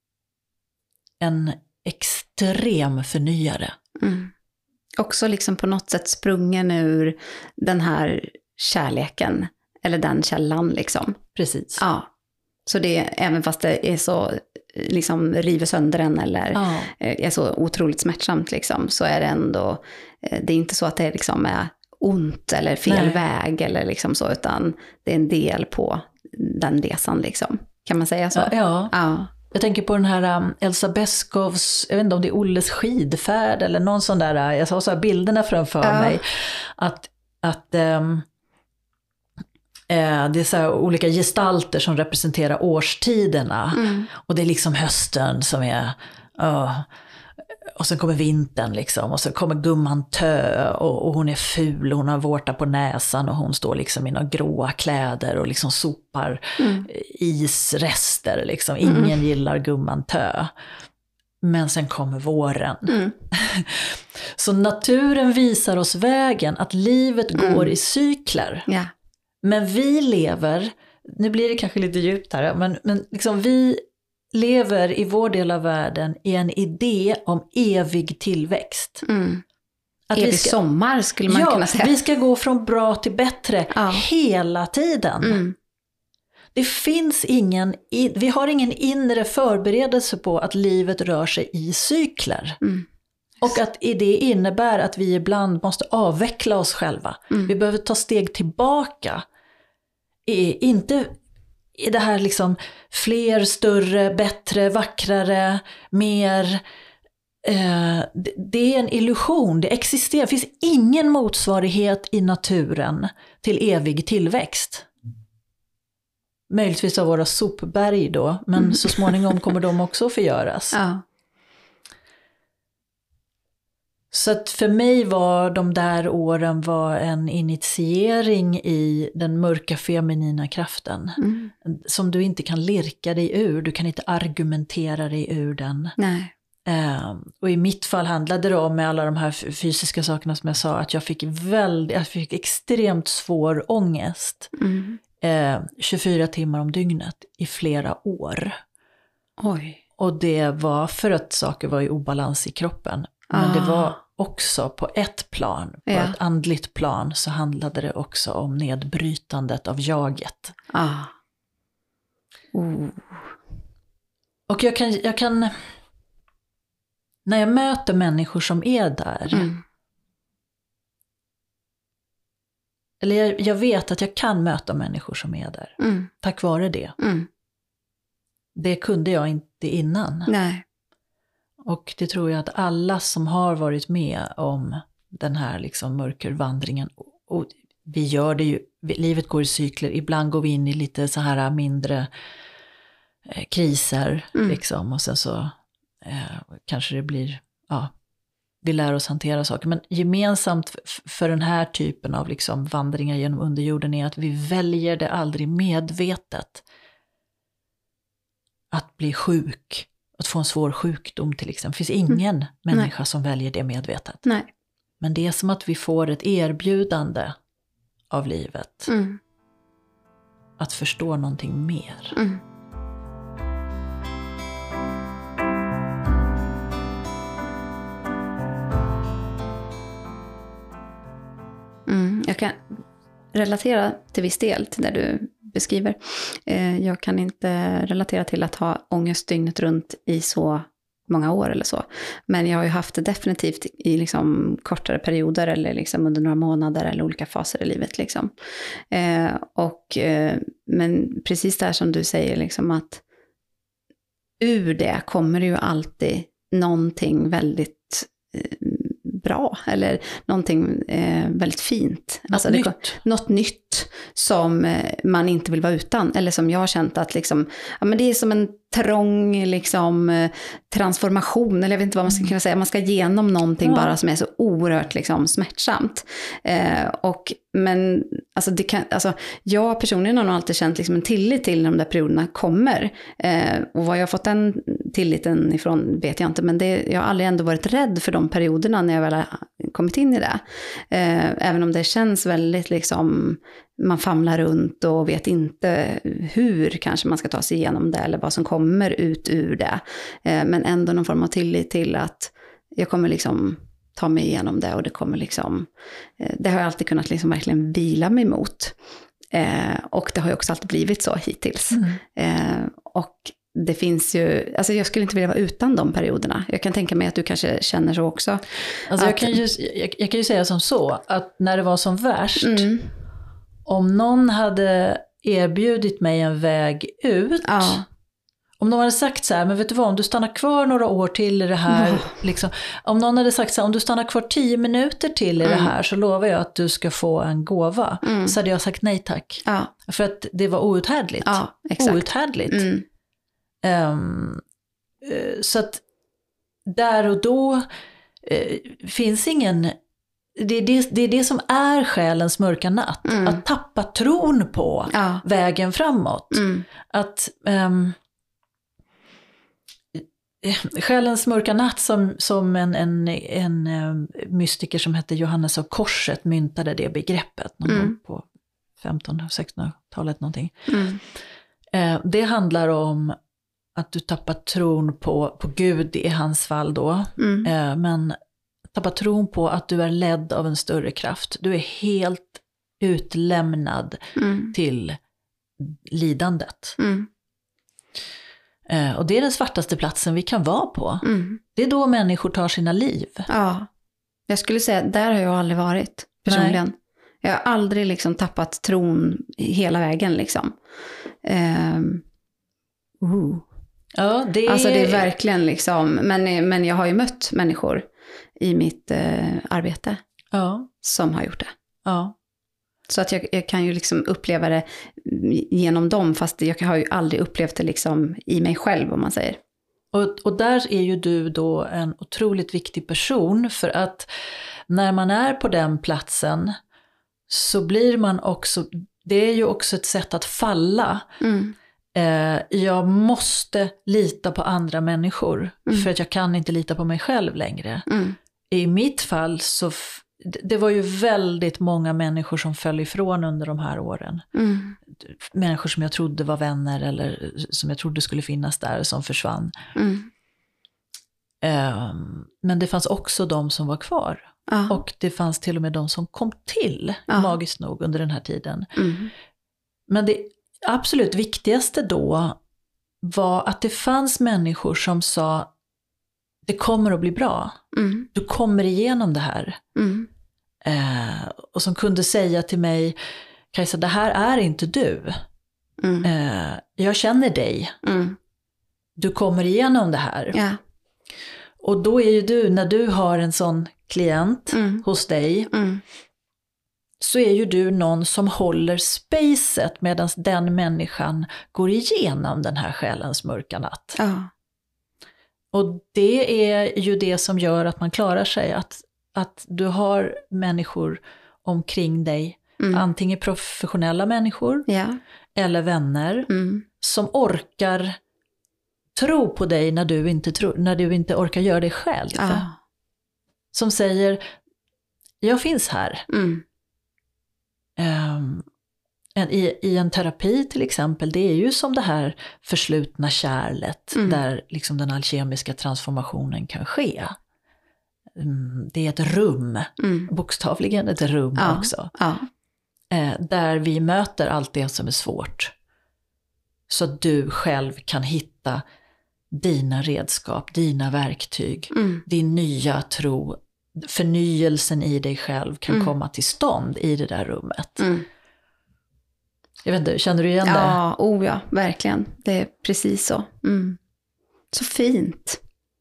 en extrem förnyare. Mm. Också liksom på något sätt sprungen ur den här kärleken. Eller den källan liksom. Precis. Ja. Så det är, även fast det är så, liksom river sönder en eller ja. är så otroligt smärtsamt liksom, så är det ändå, det är inte så att det liksom är ont eller fel Nej. väg eller liksom så, utan det är en del på den resan liksom. Kan man säga så? Ja. ja. ja. Jag tänker på den här um, Elsa Beskows, jag vet inte om det är Olles skidfärd eller någon sån där, jag såg så här bilderna framför ja. mig, att, att um, eh, det är så här olika gestalter som representerar årstiderna, mm. och det är liksom hösten som är, uh, och sen kommer vintern liksom, och så kommer gumman Tö och, och hon är ful, hon har vårta på näsan och hon står liksom i några gråa kläder och liksom sopar mm. isrester liksom. Ingen mm. gillar gumman Tö. Men sen kommer våren. Mm. Så naturen visar oss vägen, att livet mm. går i cykler. Yeah. Men vi lever, nu blir det kanske lite djupt här, men, men liksom vi lever i vår del av världen i en idé om evig tillväxt. Mm. Att evig vi ska, sommar skulle man ja, kunna säga. Vi ska gå från bra till bättre ja. hela tiden. Mm. Det finns ingen, vi har ingen inre förberedelse på att livet rör sig i cykler. Mm. Och att det innebär att vi ibland måste avveckla oss själva. Mm. Vi behöver ta steg tillbaka. I, inte i det här liksom fler, större, bättre, vackrare, mer. Eh, det, det är en illusion, det existerar. Det finns ingen motsvarighet i naturen till evig tillväxt. Möjligtvis av våra sopberg då, men mm. så småningom kommer de också förgöras. Ja. Så att för mig var de där åren var en initiering i den mörka feminina kraften. Mm. Som du inte kan lirka dig ur, du kan inte argumentera dig ur den. Nej. Eh, och i mitt fall handlade det om, med alla de här fysiska sakerna som jag sa, att jag fick väldigt, jag fick extremt svår ångest. Mm. Eh, tjugofyra timmar om dygnet i flera år. Oj. Och det var för att saker var i obalans i kroppen. Men ah. det var också på ett plan, på ja. ett andligt plan, så handlade det också om nedbrytandet av jaget. Ah. Oh. Och jag kan, jag kan, när jag möter människor som är där, mm. eller jag, jag vet att jag kan möta människor som är där, mm. tack vare det. Mm. Det kunde jag inte innan. Nej. Och det tror jag att alla som har varit med om den här liksom mörkervandringen, och vi gör det ju, livet går i cykler, ibland går vi in i lite så här mindre eh, kriser mm. liksom, och sen så eh, kanske det blir, ja, vi lär oss hantera saker, men gemensamt f- för den här typen av liksom vandringar genom underjorden är att vi väljer det aldrig medvetet att bli sjuk. Att få en svår sjukdom till exempel. Det finns ingen mm. människa Nej. som väljer det medvetet. Nej. Men det är som att vi får ett erbjudande av livet. Mm. Att förstå någonting mer. Mm. Mm. Jag kan relatera till viss del till det du beskriver. Jag kan inte relatera till att ha ångest dygnet runt i så många år eller så. Men jag har ju haft det definitivt i liksom kortare perioder eller liksom under några månader eller olika faser i livet. Liksom. Eh, och, eh, men precis där som du säger, liksom att ur det kommer det ju alltid någonting väldigt eh, bra eller någonting eh, väldigt fint. Något alltså, nytt. Det, något nytt som eh, man inte vill vara utan. Eller som jag har känt att liksom, ja, men det är som en trång liksom, eh, transformation. Eller jag vet inte vad man ska kunna säga. Man ska igenom någonting ja. bara som är så oerhört liksom, smärtsamt. Eh, och, men alltså, det kan, alltså, jag personligen har nog alltid känt liksom, en tillit till när de där perioderna kommer. Eh, och vad jag har fått den tilliten ifrån vet jag inte, men det, jag har aldrig ändå varit rädd för de perioderna när jag väl har kommit in i det. Eh, även om det känns väldigt liksom, man famlar runt och vet inte hur kanske man ska ta sig igenom det eller vad som kommer ut ur det. Eh, men ändå någon form av tillit till att jag kommer liksom ta mig igenom det och det kommer liksom, eh, det har jag alltid kunnat liksom verkligen vila mig mot. Eh, och det har ju också alltid blivit så hittills. Mm. Eh, och det finns ju, alltså jag skulle inte vilja vara utan de perioderna. Jag kan tänka mig att du kanske känner så också. Alltså att, jag, kan ju, jag, jag kan ju säga som så, att när det var som värst, mm. om någon hade erbjudit mig en väg ut, ja. Om någon hade sagt så här, men vet du vad, om du stannar kvar några år till i det här, mm. liksom, om någon hade sagt så här, om du stannar kvar tio minuter till i mm. det här så lovar jag att du ska få en gåva, mm. så hade jag sagt nej tack. Ja. För att det var outhärdligt. Ja, exakt. Outhärdligt. Mm. Um, så att där och då uh, finns ingen, det är det, det är det som är själens mörka natt, mm. att tappa tron på ja. vägen framåt. Mm. Att um, själens mörka natt, som, som en, en, en um, mystiker som hette Johannes av Korset myntade det begreppet någon mm. gång på femtonhundra- sextonhundratalet någonting. Mm. Uh, det handlar om att du tappar tron på, på Gud i hans fall då. Mm. Uh, men tappar tron på att du är ledd av en större kraft. Du är helt utlämnad mm. till lidandet. Mm. Uh, och det är den svartaste platsen vi kan vara på. Mm. Det är då människor tar sina liv. Ja, jag skulle säga att där har jag aldrig varit personligen. Nej. Jag har aldrig liksom tappat tron hela vägen liksom. Um, uh. Ja, det är... Alltså det är verkligen liksom, men, men jag har ju mött människor i mitt uh, arbete ja. som har gjort det. Ja. Så att jag, jag kan ju liksom uppleva det genom dem, fast jag har ju aldrig upplevt det liksom i mig själv, om man säger. Och, och där är ju du då en otroligt viktig person, för att när man är på den platsen så blir man också, det är ju också ett sätt att falla. Mm. Eh, jag måste lita på andra människor, mm. för att jag kan inte lita på mig själv längre. Mm. I mitt fall så, f- det var ju väldigt många människor som föll ifrån under de här åren. Mm. Människor som jag trodde var vänner eller som jag trodde skulle finnas där, som försvann. Mm. Eh, men det fanns också de som var kvar. Ja. Och det fanns till och med de som kom till, ja. magiskt nog, under den här tiden. Mm. Men det absolut viktigaste då var att det fanns människor som sa, det kommer att bli bra. Mm. Du kommer igenom det här. Mm. Eh, och som kunde säga till mig, Kajsa, det här är inte du. Mm. Eh, jag känner dig. Mm. Du kommer igenom det här. Ja. Och då är ju du, när du har en sån klient mm. hos dig, mm. så är ju du någon som håller spacet medan den människan går igenom den här själens mörka natt. Ja. Och det är ju det som gör att man klarar sig, att, att du har människor omkring dig, mm. antingen professionella människor ja. eller vänner, mm. som orkar tro på dig när du inte, tro, när du inte orkar göra det själv. Ja. Som säger, jag finns här. Mm. Um, en, i, I en terapi till exempel, det är ju som det här förslutna kärlet, mm. där liksom den alkemiska transformationen kan ske. Um, det är ett rum, mm. bokstavligen ett rum ja. också. Ja. Uh, där vi möter allt det som är svårt. Så att du själv kan hitta dina redskap, dina verktyg, mm. din nya tro, förnyelsen i dig själv kan mm. komma till stånd i det där rummet. Mm. Jag vet inte, känner du igen det? Ja, oh ja, verkligen. Det är precis så. Mm. Så fint.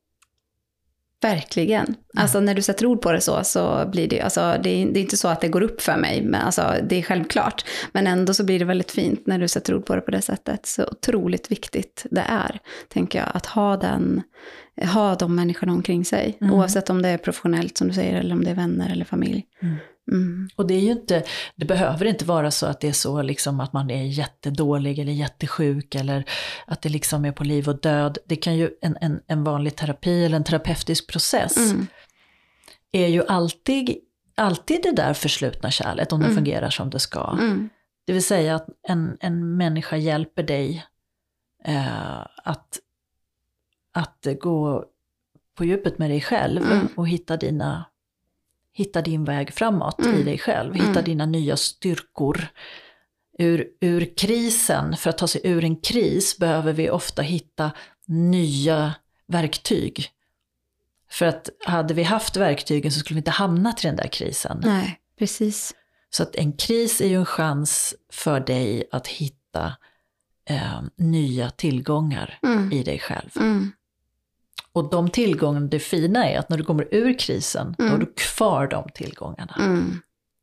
Verkligen. Mm. Alltså när du sätter ord på det så, så blir det, alltså det är, det är inte så att det går upp för mig, men alltså det är självklart. Men ändå så blir det väldigt fint när du sätter ord på det på det sättet. Så otroligt viktigt det är, tänker jag, att ha den, ha de människorna omkring sig. Mm. Oavsett om det är professionellt som du säger, eller om det är vänner eller familj. Mm. Mm. Och det är ju inte, det behöver inte vara så att det är så liksom att man är jättedålig eller jättesjuk eller att det liksom är på liv och död. Det kan ju, en, en, en vanlig terapi eller en terapeutisk process Mm. är ju alltid, alltid det där förslutna kärlet om det Mm. fungerar som det ska. Mm. Det vill säga att en, en människa hjälper dig eh, att, att gå på djupet med dig själv Mm. och hitta dina hitta din väg framåt Mm. i dig själv, hitta Mm. dina nya styrkor. Ur, ur krisen, för att ta sig ur en kris behöver vi ofta hitta nya verktyg. För att hade vi haft verktygen så skulle vi inte hamnat i den där krisen. Nej, precis. Så att en kris är ju en chans för dig att hitta eh, nya tillgångar Mm. i dig själv. Mm. Och de tillgångarna, det fina är att när du kommer ur krisen, Mm. då har du kvar de tillgångarna. Mm.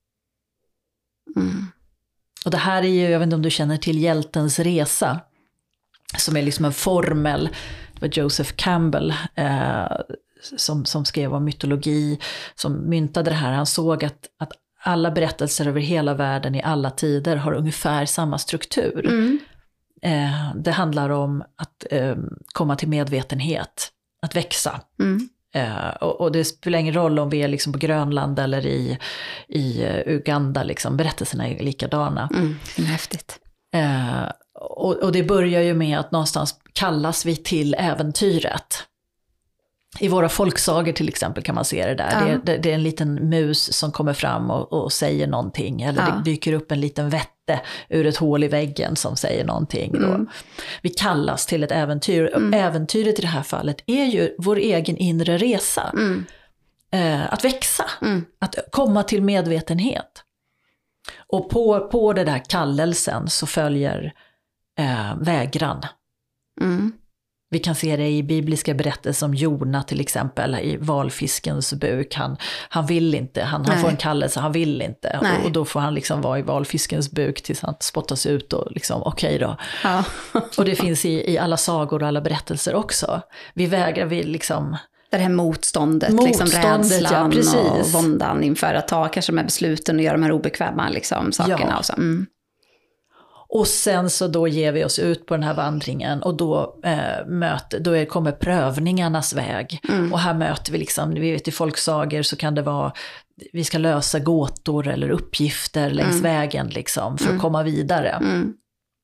Mm. Och det här är ju, jag vet inte om du känner till Hjältens resa, som är liksom en formel. Det var Joseph Campbell eh, som, som skrev om mytologi, som myntade det här. Han såg att, att alla berättelser över hela världen i alla tider har ungefär samma struktur. Mm. Eh, det handlar om att eh, komma till medvetenhet, att växa. Mm. Eh, och, och det spelar ingen roll om vi är liksom på Grönland eller i, i uh, Uganda, liksom. Berättelserna är likadana. Mm. Det är häftigt. Eh, och, och det börjar ju med att någonstans kallas vi till äventyret. I våra folksagor till exempel kan man se det där. Ja. Det, det, det är en liten mus som kommer fram och, och säger någonting. Eller Ja. det dyker upp en liten vätte ur ett hål i väggen som säger någonting. Då. Mm. Vi kallas till ett äventyr. Mm. Äventyret i det här fallet är ju vår egen inre resa. Mm. Eh, att växa. Mm. Att komma till medvetenhet. Och på, på det där kallelsen så följer eh, vägran. Mm. Vi kan se det i bibliska berättelser om Jona till exempel, i valfiskens buk. Han, han vill inte, han, han får en kallelse, han vill inte. Och, och då får han liksom vara i valfiskens buk tills han spottas ut och liksom, okej då. Ja. Och det finns i, i alla sagor och alla berättelser också. Vi vägrar, vi liksom... Det här motståndet, Motståndet, liksom rädslan ja, precis. och våndan inför att ta kanske med besluten och göra de här obekväma liksom, sakerna. Ja. Och, så. Mm. Och sen så då ger vi oss ut på den här vandringen och då, eh, möter, då är, kommer prövningarnas väg. Mm. Och här möter vi liksom, vi vet i folksagor så kan det vara, vi ska lösa gåtor eller uppgifter längs Mm. vägen liksom för Mm. att komma vidare. Mm.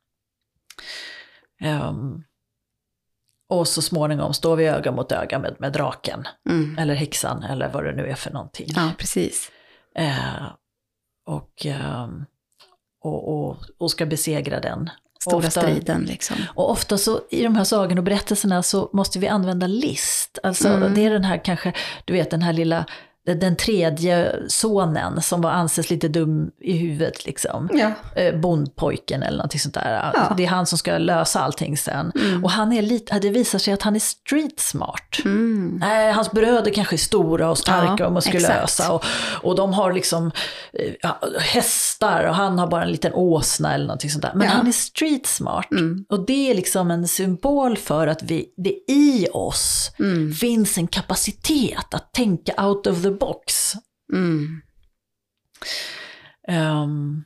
Um, och så småningom står vi öga mot öga med, med draken Mm. eller häxan eller vad det nu är för någonting. Ja, precis. Eh, och, ehm, och, och, och ska besegra den. Stora ofta, striden liksom. Och ofta så i de här sagorna och berättelserna så måste vi använda list. Alltså Mm. det är den här kanske, du vet den här lilla, den tredje sonen som var anses lite dum i huvudet liksom. Ja. Eh, bondpojken eller någonting sånt där. Ja. Det är han som ska lösa allting sen. Mm. Och han är lite, det visar sig att han är street smart. Mm. Nej, hans bröder kanske är stora och starka Ja, och muskulösa exakt. och, och de har liksom eh, ja, hästar och han har bara en liten åsna eller någonting sånt där. Men Ja. han är street smart. Mm. Och det är liksom en symbol för att vi, det i oss Mm. finns en kapacitet att tänka out of the box. Mm. Um,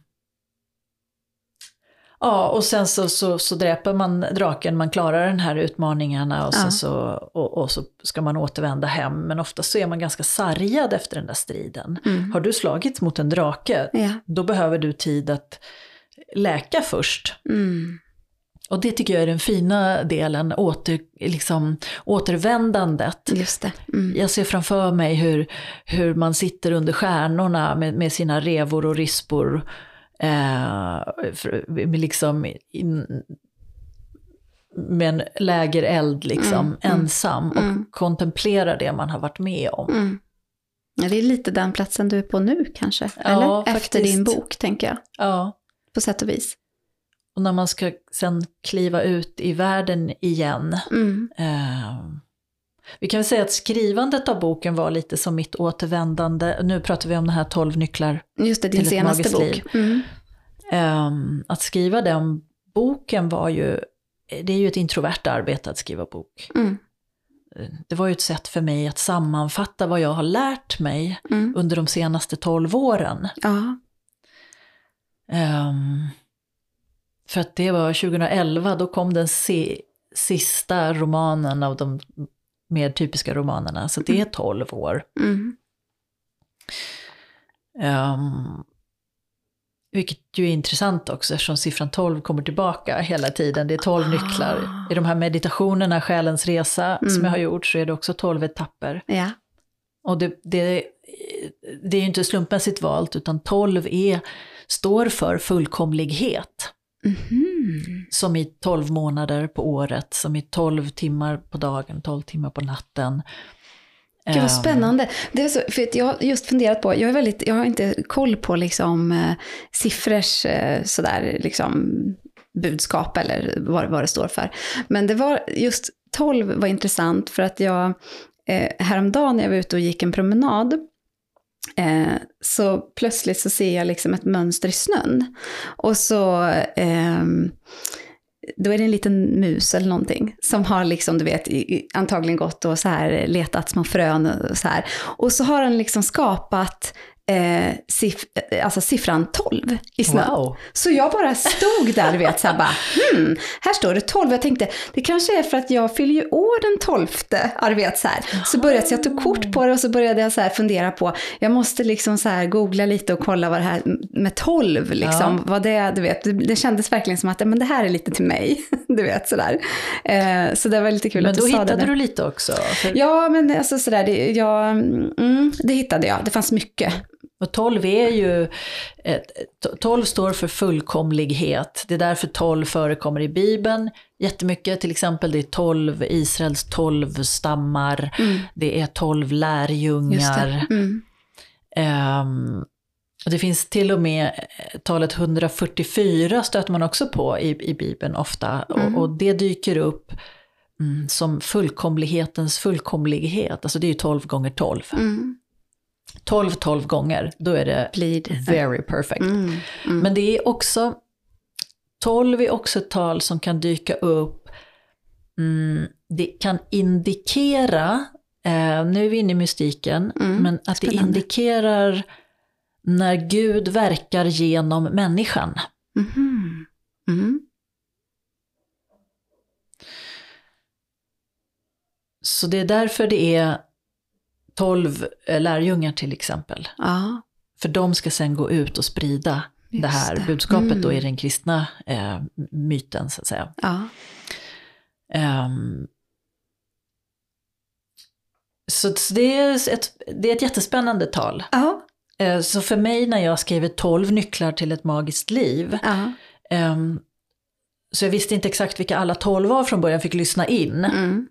ja, och sen så, så, så dräper man draken, man klarar den här utmaningarna och, Ja. sen så, och, och så ska man återvända hem. Men ofta så är man ganska sargad efter den där striden. Mm. Har du slagits mot en drake, Ja. då behöver du tid att läka först. Mm. Och det tycker jag är den fina delen, åter, liksom, återvändandet. Just det. Mm. Jag ser framför mig hur, hur man sitter under stjärnorna med, med sina revor och rispor. Eh, för, med, liksom in, med en lägereld liksom, Mm, mm, ensam. Och mm. kontemplerar det man har varit med om. Mm. Ja, det är lite den platsen du är på nu kanske. Ja, Eller? Efter faktiskt. din bok, tänker jag. Ja. På sätt och vis. Och när man ska sen kliva ut i världen igen. Mm. Eh, vi kan väl säga att skrivandet av boken var lite som mitt återvändande. Nu pratar vi om den här tolv nycklar. Just det, din Till ett senaste magiskt bok. liv. Mm. Um, att skriva den boken var ju, det är ju ett introvert arbete att skriva bok. Mm. det var ju ett sätt för mig att sammanfatta vad jag har lärt mig mm. under de senaste tolv åren. Ja. Um, för att det var tjugoelva, då kom den se, sista romanen av de mer typiska romanerna. Så det är tolv år. Mm. Um, vilket ju är intressant också, eftersom siffran tolv kommer tillbaka hela tiden. Det är tolv ah. nycklar. I de här meditationerna, Själens resa, mm. som jag har gjort, så är det också tolv etapper. Ja. Och det, det, det är ju inte slumpmässigt valt, utan tolv är, står för fullkomlighet. Mm. Som i tolv månader på året, som i tolv timmar på dagen, tolv timmar på natten. Gud vad spännande. Det är så, för att jag har just funderat på, jag är väldigt, jag har inte koll på liksom eh, siffrors eh, sådär liksom budskap eller vad, vad det står för. Men det var just tolv var intressant för att jag eh, häromdagen när jag var ute och gick en promenad eh, så plötsligt så ser jag liksom ett mönster i snön. Och så eh, då är det en liten mus eller någonting som har liksom, du vet, antagligen gått och så här letat små frön och så här. Och så har den liksom skapat eh, siff- alltså siffran tolv i snö. Wow. Så jag bara stod där, du vet, så här bara, hmm, här står det tolv. Jag tänkte, det kanske är för att jag fyller ju år den tolfte, du vet, så här. Så började jag ta kort på det och så började jag så här fundera på, jag måste liksom så här googla lite och kolla vad det här med tolv liksom, ja. Vad det, du vet, det, det kändes verkligen som att, men det här är lite till mig, du vet, sådär. Eh, så det var lite kul men att du sa det. Men då hittade du lite också? För... Ja, men alltså sådär, det, jag, mm, det hittade jag, det fanns mycket. Och tolv är ju, tolv står för fullkomlighet. Det är därför tolv förekommer i Bibeln jättemycket. Till exempel det är tolv, Israels tolv stammar. Mm. Det är tolv lärjungar. Just det. Mm. Um, och det finns till och med talet hundrafyrtiofyra stöter man också på i, i Bibeln ofta. Mm. Och, och det dyker upp mm, som fullkomlighetens fullkomlighet. Alltså det är ju tolv gånger tolv. Mm. tolv tolv gånger, då är det Blir. very perfect. Mm, mm. Men det är också, tolv är också ett tal som kan dyka upp, mm, det kan indikera, eh, nu är vi inne i mystiken, mm, men att spännande. Det indikerar när Gud verkar genom människan. Mm. Mm. Så det är därför det är tolv lärjungar till exempel. Ja. För de ska sen gå ut och sprida just det här det. budskapet mm. då i den kristna eh, myten så att säga. Ja. Um, så, så det, är ett, det är ett jättespännande tal. Ja. Uh, så för mig när jag skriver tolv nycklar till ett magiskt liv, ja. um, så jag visste inte exakt vilka alla tolv var från början, fick lyssna in. Mm.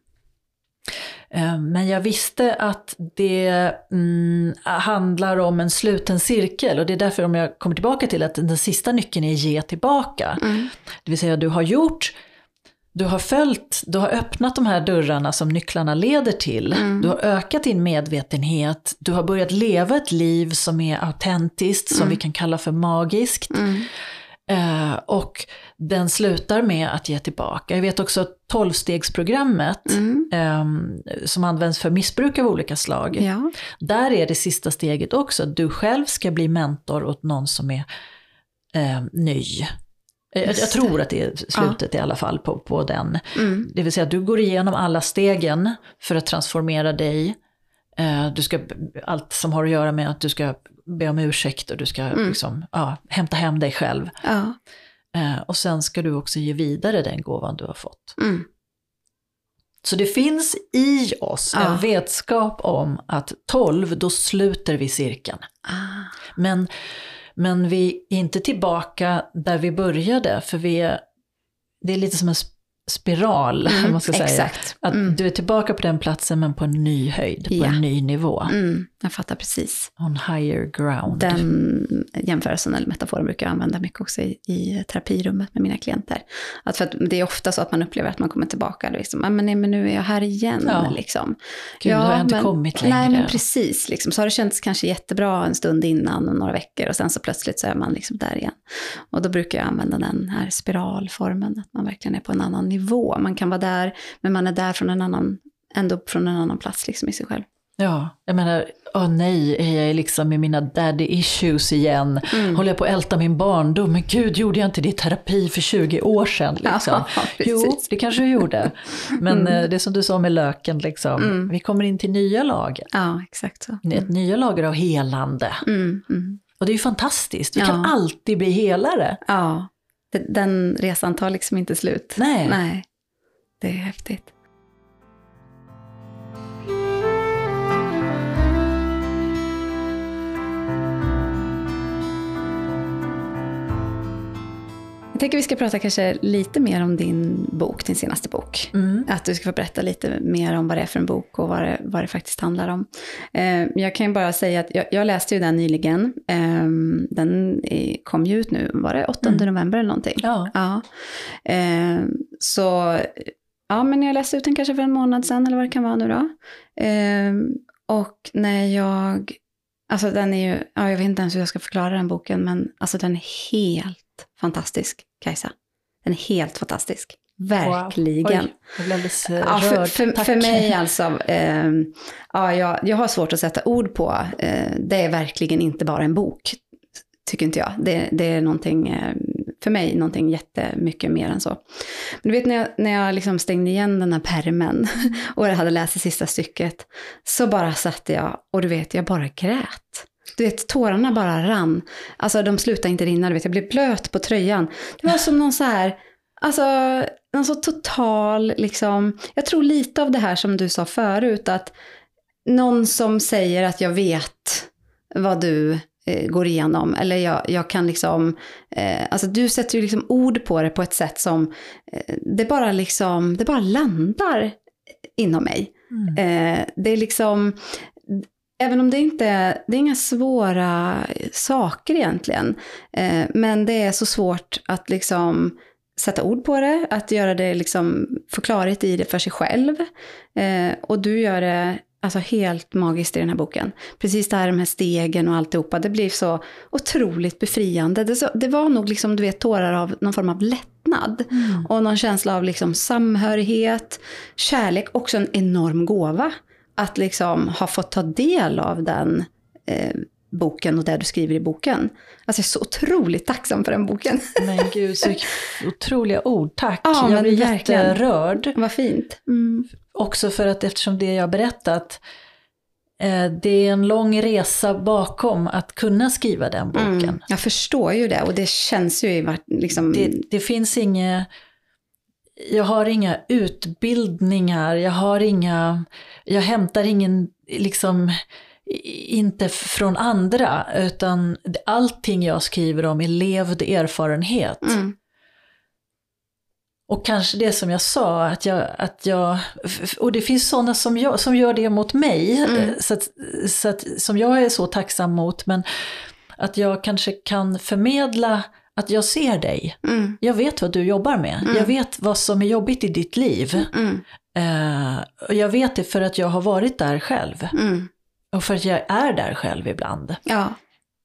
Men jag visste att det mm, handlar om en sluten cirkel, och det är därför om jag kommer tillbaka till att den sista nyckeln är ge tillbaka. Mm. Det vill säga du har gjort, du har följt, du har öppnat de här dörrarna som nycklarna leder till. Mm. Du har ökat din medvetenhet, du har börjat leva ett liv som är autentiskt, som mm. vi kan kalla för magiskt. Mm. Uh, och den slutar med att ge tillbaka. Jag vet också att tolvstegsprogrammet mm. um, som används för missbruk av olika slag. Ja. Där är det sista steget också. Du själv ska bli mentor åt någon som är uh, ny. Jag, jag tror att det är slutet ja. i alla fall på, på den. Mm. Det vill säga att du går igenom alla stegen för att transformera dig. Uh, du ska, allt som har att göra med att du ska be om ursäkt och du ska mm. liksom, ja, hämta hem dig själv. Ja. Uh, och sen ska du också ge vidare den gåvan du har fått. Mm. Så det finns i oss ja. en vetskap om att tolv, då sluter vi cirkeln. Ah. Men, men vi är inte tillbaka där vi började, för vi är, det är lite som en spiral, mm, om man ska säga. Exakt. Att mm. du är tillbaka på den platsen men på en ny höjd, på ja. en ny nivå. Mm, jag fattar precis. On higher ground. Den jämförelsen eller metaforen brukar jag använda mycket också i, i terapirummet med mina klienter. Att för att det är ofta så att man upplever att man kommer tillbaka. Liksom, men, nej, men nu är jag här igen. Ja. Liksom. Gud, ja, har jag inte men, kommit längre. Nej, men precis. Liksom. Så har det känts kanske jättebra en stund innan och några veckor. Och sen så plötsligt så är man liksom där igen. Och då brukar jag använda den här spiralformen. Att man verkligen är på en annan nivå. Man kan vara där, men man är där från en annan ändå från en annan plats liksom i sig själv. Ja, jag menar, åh nej, är jag liksom i mina daddy issues igen? Mm. Håller jag på att älta min barndom? Men gud, gjorde jag inte det i terapi för tjugo år sedan? Liksom? Ja, jo, det kanske jag gjorde. Men mm. det är som du sa med löken, liksom. Mm. Vi kommer in till nya lager. Ja, exakt så. Mm. Ett nya lager av helande. Mm. Mm. Och det är ju fantastiskt. Vi ja. kan alltid bli helare. Ja, den resan tar liksom inte slut. Nej. Nej, det är häftigt. Jag tänker vi ska prata kanske lite mer om din bok, din senaste bok. Mm. Att du ska få berätta lite mer om vad det är för en bok och vad det, vad det faktiskt handlar om. Eh, jag kan ju bara säga att jag, jag läste ju den nyligen. Eh, den är, kom ju ut nu, var det åttonde mm. november eller någonting? Ja. ja. Eh, så, ja men jag läste ut den kanske för en månad sedan eller vad det kan vara nu då. Eh, och när jag, alltså den är ju, ja jag vet inte ens hur jag ska förklara den boken, men alltså den är helt fantastisk, Kajsa. Den är helt fantastisk. Verkligen. Wow. Oj, jag blev alldeles rörd. Ja, för, för, för mig alltså, eh, ja, jag, jag har svårt att sätta ord på. Eh, det är verkligen inte bara en bok, tycker inte jag. Det, det är någonting, eh, för mig, någonting jättemycket mer än så. Men du vet, när jag, när jag liksom stängde igen den här pärmen och jag hade läst det sista stycket, så bara satt jag, och du vet, jag bara grät. Du vet, tårarna bara rann. Alltså de slutade inte rinna, du vet, jag blev blöt på tröjan. Det var som någon så här, alltså någon så total liksom, jag tror lite av det här som du sa förut, att någon som säger att jag vet vad du eh, går igenom, eller jag, jag kan liksom, eh, alltså du sätter ju liksom ord på det på ett sätt som eh, det bara liksom, det bara landar inom mig. Mm. Eh, det är liksom, även om det inte, det är inga svåra saker egentligen, eh, men det är så svårt att liksom sätta ord på det, att göra det liksom, få klarhet i det för sig själv. Eh, och du gör det alltså helt magiskt i den här boken. Precis det här, de här stegen och alltihopa, det blir så otroligt befriande. Det, så, det var nog liksom, du vet, tårar av någon form av lättnad. Mm. Och någon känsla av liksom samhörighet, kärlek, också en enorm gåva. Att liksom ha fått ta del av den eh, boken och det du skriver i boken. Alltså jag är så otroligt tacksam för den boken. Men gud, så otroliga ord, tack. Ja, jag blir jätterörd. Vad fint. Mm. Också för att eftersom det jag har berättat, eh, det är en lång resa bakom att kunna skriva den boken. Mm. Jag förstår ju det, och det känns ju liksom... Det, det finns inga... Jag har inga utbildningar, jag har inga, jag hämtar ingen, liksom, inte från andra, utan allting jag skriver om är levd erfarenhet. Mm. Och kanske det som jag sa, att jag, att jag och det finns sådana som, jag, som gör det mot mig, mm. så att, så att, som jag är så tacksam mot, men att jag kanske kan förmedla att jag ser dig. Mm. Jag vet vad du jobbar med. Mm. Jag vet vad som är jobbigt i ditt liv. Mm. Uh, och jag vet det för att jag har varit där själv. Mm. Och för att jag är där själv ibland. Ja.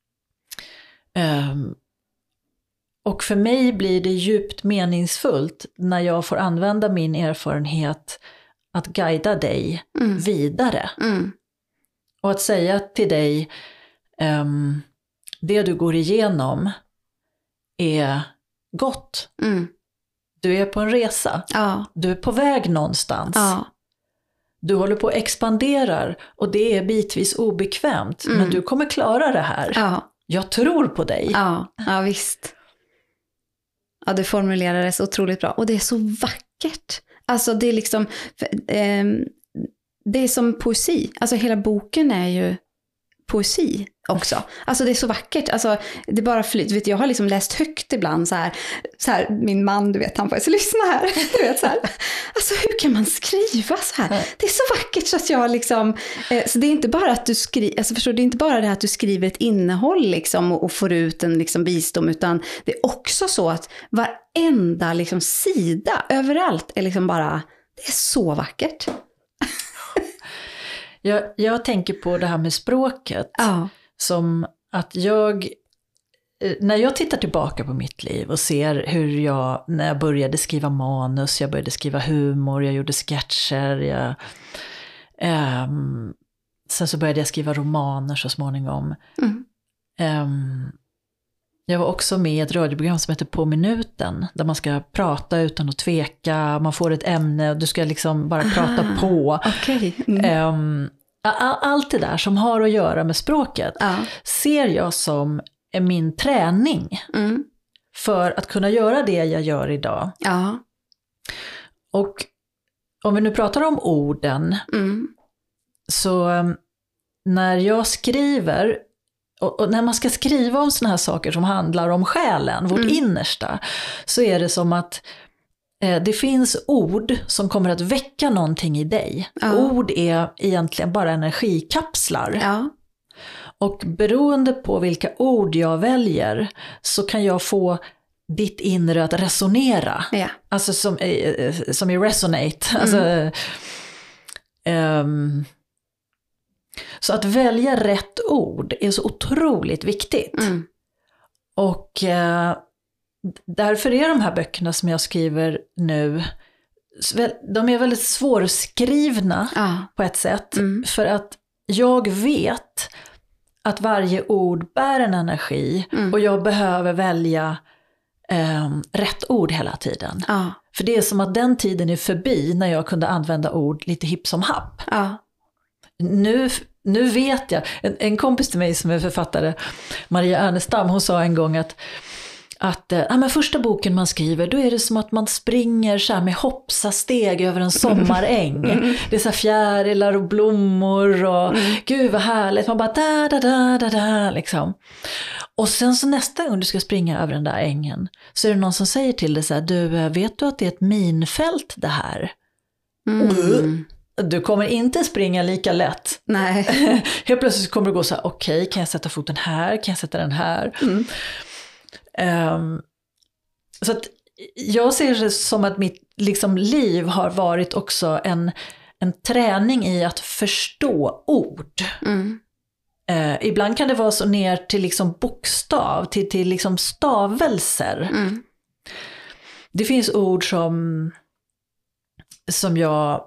Um, och för mig blir det djupt meningsfullt när jag får använda min erfarenhet att guida dig mm. vidare. Mm. Och att säga till dig, um, det du går igenom är gott. Mm. Du är på en resa. Ja. Du är på väg någonstans. Ja. Du håller på att expanderar och det är bitvis obekvämt. Mm. Men du kommer klara det här. Ja. Jag tror på dig. Ja, ja visst. Ja, du formulerar det så otroligt bra. Och det är så vackert. Alltså det är liksom, eh, det är som poesi. Alltså hela boken är ju poesi också. Alltså det är så vackert. Alltså det bara flyter. Vet, jag har liksom läst högt ibland så här, så här, min man, du vet, han får så lyssna här. Du vet, så här. Alltså hur kan man skriva så här? Det är så vackert så att jag liksom, eh, så det är inte bara att du skriver, alltså förstår du, det är inte bara det att du skriver ett innehåll liksom och, och får ut en liksom visdom, utan det är också så att varenda liksom sida överallt är liksom bara, det är så vackert. Jag, jag tänker på det här med språket. Ja. Som att jag, när jag tittar tillbaka på mitt liv och ser hur jag, när jag började skriva manus, jag började skriva humor, jag gjorde sketcher, jag, um, sen så började jag skriva romaner så småningom. Mm. Um, jag var också med i ett radioprogram som heter På minuten, där man ska prata utan att tveka, man får ett ämne och du ska liksom bara prata ah, på. Okay. Mm. Um, allt det där som har att göra med språket ah. ser jag som min träning mm. för att kunna göra det jag gör idag. Ja. Och om vi nu pratar om orden mm. så när jag skriver och, och när man ska skriva om såna här saker som handlar om själen, vårt mm. innersta, så är det som att eh, det finns ord som kommer att väcka någonting i dig. Ja. Ord är egentligen bara energikapslar. Ja. Och beroende på vilka ord jag väljer så kan jag få ditt inre att resonera. Ja. Alltså som, som i resonate. Mm. Alltså, um, så att välja rätt ord är så otroligt viktigt. Mm. Och uh, därför är de här böckerna som jag skriver nu, de är väldigt svårskrivna ja. På ett sätt. Mm. För att jag vet att varje ord bär en energi mm. och jag behöver välja eh, rätt ord hela tiden. Ah. För det är som att den tiden är förbi när jag kunde använda ord lite hipp som happ. Ah. Nu, nu vet jag, en, en kompis till mig som är författare, Maria Ernestam, hon sa en gång att att äh, men första boken man skriver, då är det som att man springer så här med hoppsasteg över en sommaräng. Mm. Det är så här fjärilar och blommor och mm. gud vad härligt. Man bara da da da da da liksom. Och sen så nästa gång du ska springa över den där ängen så är det någon som säger till dig så här: du, vet du att det är ett minfält det här? Mm. Du kommer inte springa lika lätt. Nej. Helt plötsligt kommer du gå så här: okej, okay, kan jag sätta foten här? Kan jag sätta den här? Mm. Um, så att jag ser det som att mitt liksom, liv har varit också en, en träning i att förstå ord. Mm. Uh, ibland kan det vara så ner till liksom bokstav, till, till liksom stavelser. Mm. Det finns ord som, som jag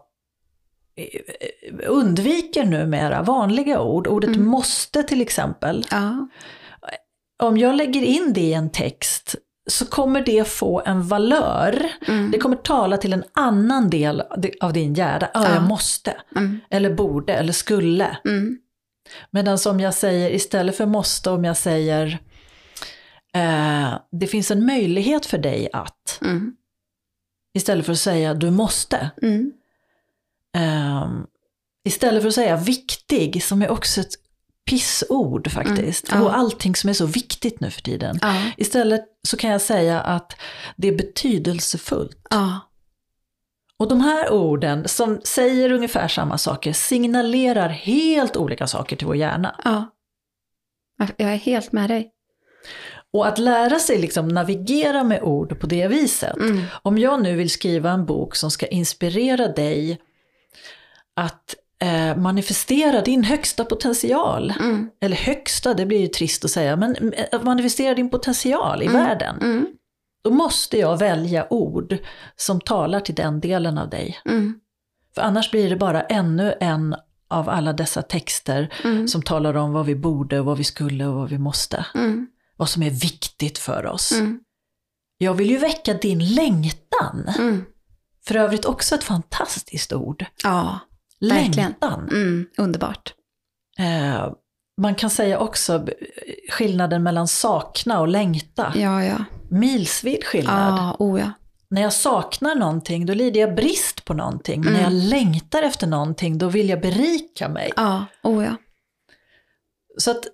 undviker numera, vanliga ord. Ordet mm. måste till exempel. Ja. Om jag lägger in det i en text så kommer det få en valör. Mm. Det kommer tala till en annan del av din hjärna. Ja, jag måste. Mm. Eller borde, eller skulle. Mm. Medan som jag säger, istället för måste, om jag säger eh, det finns en möjlighet för dig att. Mm. Istället för att säga du måste. Mm. Eh, istället för att säga viktig, som är också ett pissord faktiskt. Mm, ja. Och allting som är så viktigt nu för tiden. Ja. Istället så kan jag säga att det är betydelsefullt. Ja. Och de här orden som säger ungefär samma saker signalerar helt olika saker till vår hjärna. Ja. Jag är helt med dig. Och att lära sig liksom navigera med ord på det viset. Mm. Om jag nu vill skriva en bok som ska inspirera dig att eh, manifestera din högsta potential. Mm. Eller högsta, det blir ju trist att säga. Men att manifestera din potential i mm. världen. Mm. Då måste jag välja ord som talar till den delen av dig. Mm. För annars blir det bara ännu en av alla dessa texter mm. som talar om vad vi borde och vad vi skulle och vad vi måste. Mm. Vad som är viktigt för oss. Mm. Jag vill ju väcka din längtan. Mm. För övrigt också ett fantastiskt ord. Ja, längtan. Mm, underbart. Eh, man kan säga också skillnaden mellan sakna och längta. Ja, ja. Milsvid skillnad. Ja, oh ja. När jag saknar någonting, då lider jag brist på någonting. Men mm. när jag längtar efter någonting, då vill jag berika mig. Ja, oh ja. Så att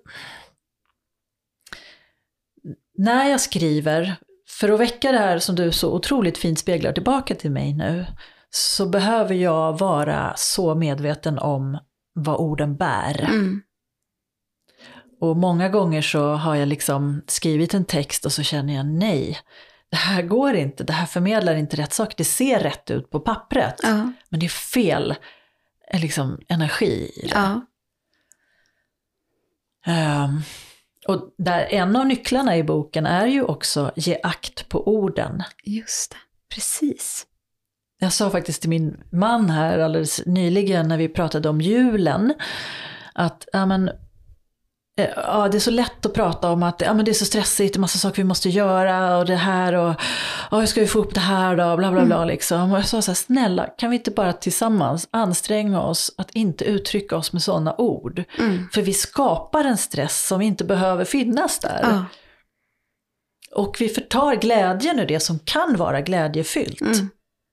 när jag skriver, för att väcka det här som du så otroligt fint speglar tillbaka till mig nu, så behöver jag vara så medveten om vad orden bär. Mm. Och många gånger så har jag liksom skrivit en text och så känner jag nej, det här går inte, det här förmedlar inte rätt sak, det ser rätt ut på pappret, uh. men det är fel liksom, energi i det. Uh. Um, Och där en av nycklarna i boken är ju också ge akt på orden. Just det, precis. Jag sa faktiskt till min man här alldeles nyligen när vi pratade om julen att ja, men, ja, det är så lätt att prata om att ja, men det är så stressigt, det är massa saker vi måste göra och det här och ja, hur ska vi få upp det här då, bla bla bla mm. liksom. Och jag sa så här, snälla, kan vi inte bara tillsammans anstränga oss att inte uttrycka oss med sådana ord? Mm. För vi skapar en stress som inte behöver finnas där. Ja. Och vi förtar glädjen ur det som kan vara glädjefyllt. Mm.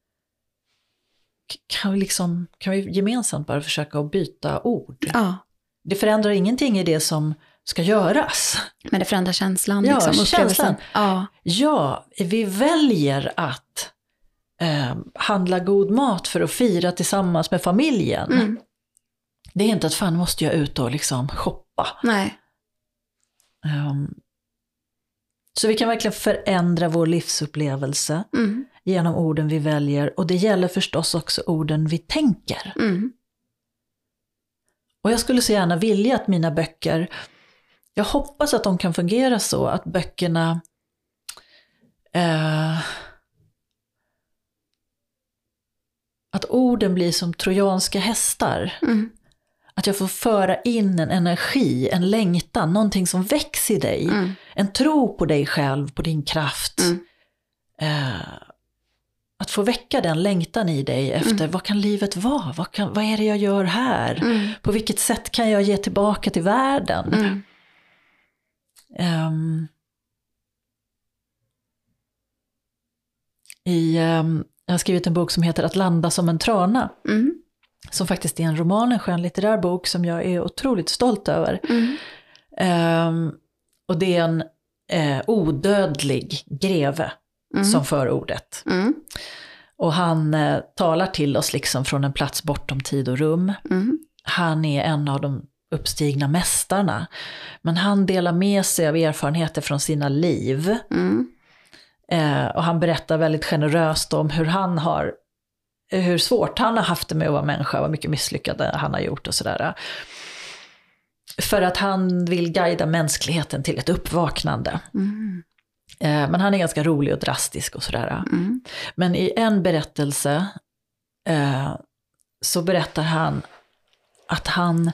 Kan vi, liksom, kan vi gemensamt bara försöka att byta ord? Ja. Det förändrar ingenting i det som ska göras. Men det förändrar känslan. Ja, liksom, känslan. Ja. ja, vi väljer att eh, handla god mat för att fira tillsammans med familjen. Mm. Det är inte att fan måste jag ut och liksom shoppa. Nej. Um, så vi kan verkligen förändra vår livsupplevelse mm. genom orden vi väljer. Och det gäller förstås också orden vi tänker. Mm. Och jag skulle så gärna vilja att mina böcker, jag hoppas att de kan fungera så att böckerna eh, att orden blir som trojanska hästar. Mm. Att jag får föra in en energi, en längtan, någonting som växer i dig. Mm. En tro på dig själv, på din kraft. Mm. Eh, att få väcka den längtan i dig efter mm. vad kan livet vara? Vad, kan, vad är det jag gör här? Mm. På vilket sätt kan jag ge tillbaka till världen? Mm. Um, i, um, jag har skrivit en bok som heter Att landa som en trana. Mm. Som faktiskt är en roman, en skönlitterär bok som jag är otroligt stolt över. Mm. Um, och det är en uh, odödlig greve. Mm. Som för ordet. Mm. Och han eh, talar till oss liksom från en plats bortom tid och rum. Mm. Han är en av de uppstigna mästarna. Men han delar med sig av erfarenheter från sina liv. Mm. Eh, och han berättar väldigt generöst om hur han har, hur svårt han har haft det med att vara människa. Vad mycket misslyckade han har gjort och sådär. För att han vill guida mänskligheten till ett uppvaknande. Mm. Men han är ganska rolig och drastisk och sådär. Mm. Men i en berättelse eh, så berättar han att han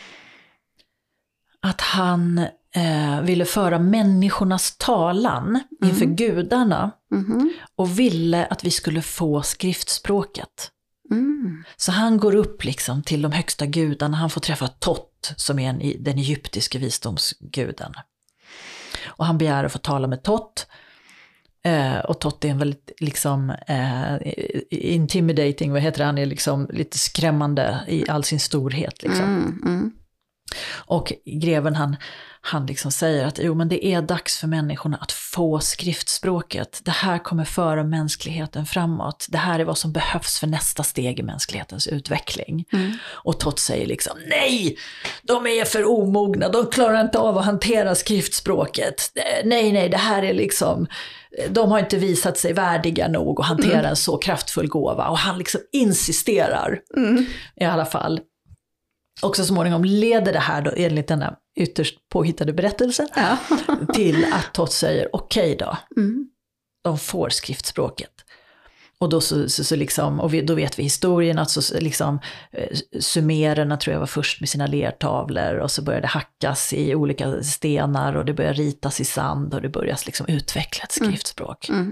att han eh, ville föra människornas talan mm. inför gudarna mm. och ville att vi skulle få skriftspråket. Mm. Så han går upp liksom till de högsta gudarna. Han får träffa Tot som är en, den egyptiska visdomsguden. Och han begär att få tala med Tot. Eh, och Tot är en väldigt liksom eh, intimidating, vad heter det? Han är liksom lite skrämmande i all sin storhet liksom. Mm, mm. Och greven han, han liksom säger att jo, men det är dags för människorna att få skriftspråket. Det här kommer föra mänskligheten framåt. Det här är vad som behövs för nästa steg i mänsklighetens utveckling. Mm. Och Tot säger liksom, nej, de är för omogna. De klarar inte av att hantera skriftspråket. Nej, nej, det här är liksom, de har inte visat sig värdiga nog att hantera mm. en så kraftfull gåva. Och han liksom insisterar mm. i alla fall. Och så småningom leder det här då enligt denna ytterst påhittade berättelse ja. till att Tot säger okej okay då, mm. de får skriftspråket. Och då så, så, så liksom, och vi, då vet vi historien att så liksom eh, sumererna tror jag var först med sina lertavlor och så började det hackas i olika stenar och det började ritas i sand och det började liksom utveckla ett skriftspråk. Mm. Mm.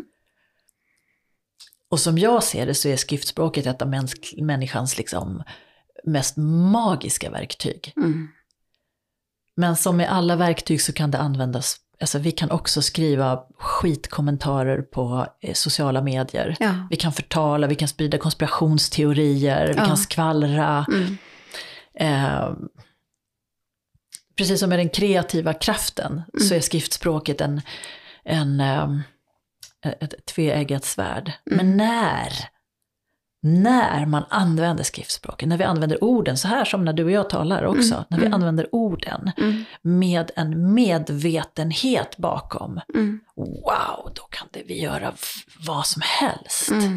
Och som jag ser det så är skriftspråket ett av mäns- människans liksom mest magiska verktyg. Mm. Men som med alla verktyg så kan det användas, alltså vi kan också skriva skitkommentarer på eh, sociala medier. Ja. Vi kan förtala, vi kan sprida konspirationsteorier, vi ja. kan skvallra. Mm. Eh, precis som med den kreativa kraften mm. så är skriftspråket en, en, eh, ett tveeggat svärd. Mm. Men när När man använder skriftspråket, när vi använder orden, så här som när du och jag talar också, mm. när vi mm. använder orden mm. med en medvetenhet bakom, mm. wow, då kan det vi göra vad som helst. Mm.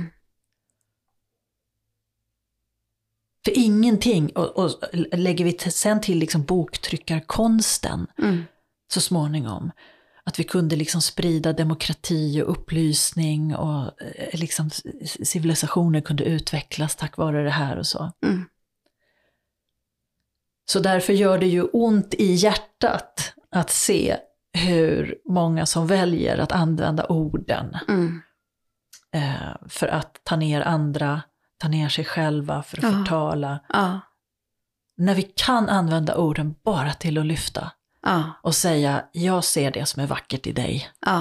För ingenting, och, och lägger vi sen till liksom boktryckarkonsten, mm. så småningom. Att vi kunde liksom sprida demokrati och upplysning och liksom civilisationer kunde utvecklas tack vare det här och så. Mm. Så därför gör det ju ont i hjärtat att se hur många som väljer att använda orden Mm. eh, för att ta ner andra, ta ner sig själva, för att Ja. förtala. Ja. När vi kan använda orden bara till att lyfta Ja. och säga, jag ser det som är vackert i dig. Ja.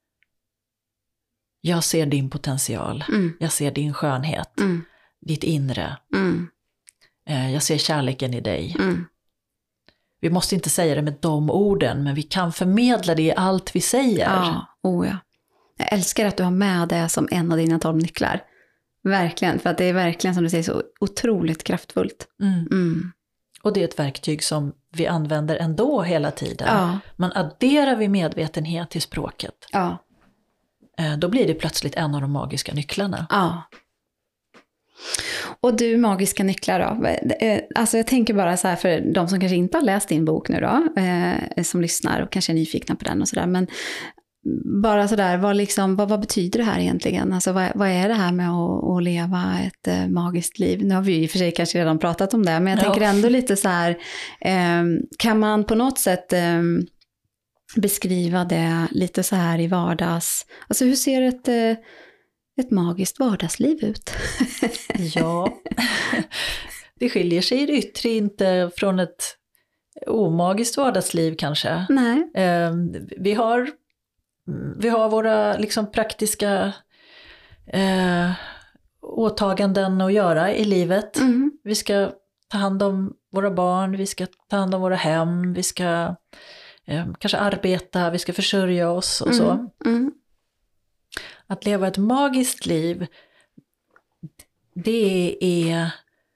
Jag ser din potential, Mm. jag ser din skönhet, Mm. ditt inre. Mm. Eh, jag ser kärleken i dig. Mm. Vi måste inte säga det med de orden, men vi kan förmedla det i allt vi säger. Ja, oh ja. Jag älskar att du har med det som en av dina tolv nycklar. Verkligen, för att det är verkligen som du säger så otroligt kraftfullt. Mm. Mm. Och det är ett verktyg som vi använder ändå hela tiden. Ja. Men adderar vi medvetenhet till språket, Ja. eh, då blir det plötsligt en av de magiska nycklarna. Ja. Och du, magiska nycklar då? Eh, Alltså jag tänker bara så här för de som kanske inte har läst din bok nu då, eh, som lyssnar och kanske är nyfikna på den och sådär, men bara sådär, vad, liksom, vad, vad betyder det här egentligen? Alltså vad, vad är det här med att, att leva ett eh, magiskt liv? Nu har vi ju i och för sig kanske redan pratat om det, men jag Ja. tänker ändå lite så här, eh, kan man på något sätt eh, beskriva det lite så här i vardags? Alltså hur ser ett, eh, ett magiskt vardagsliv ut? Ja, det skiljer sig i det yttre inte från ett omagiskt vardagsliv kanske. Nej. Eh, vi har Vi har våra liksom praktiska eh, åtaganden att göra i livet. Mm. Vi ska ta hand om våra barn, vi ska ta hand om våra hem, vi ska eh, kanske arbeta, vi ska försörja oss och Mm. så. Mm. Att leva ett magiskt liv, det är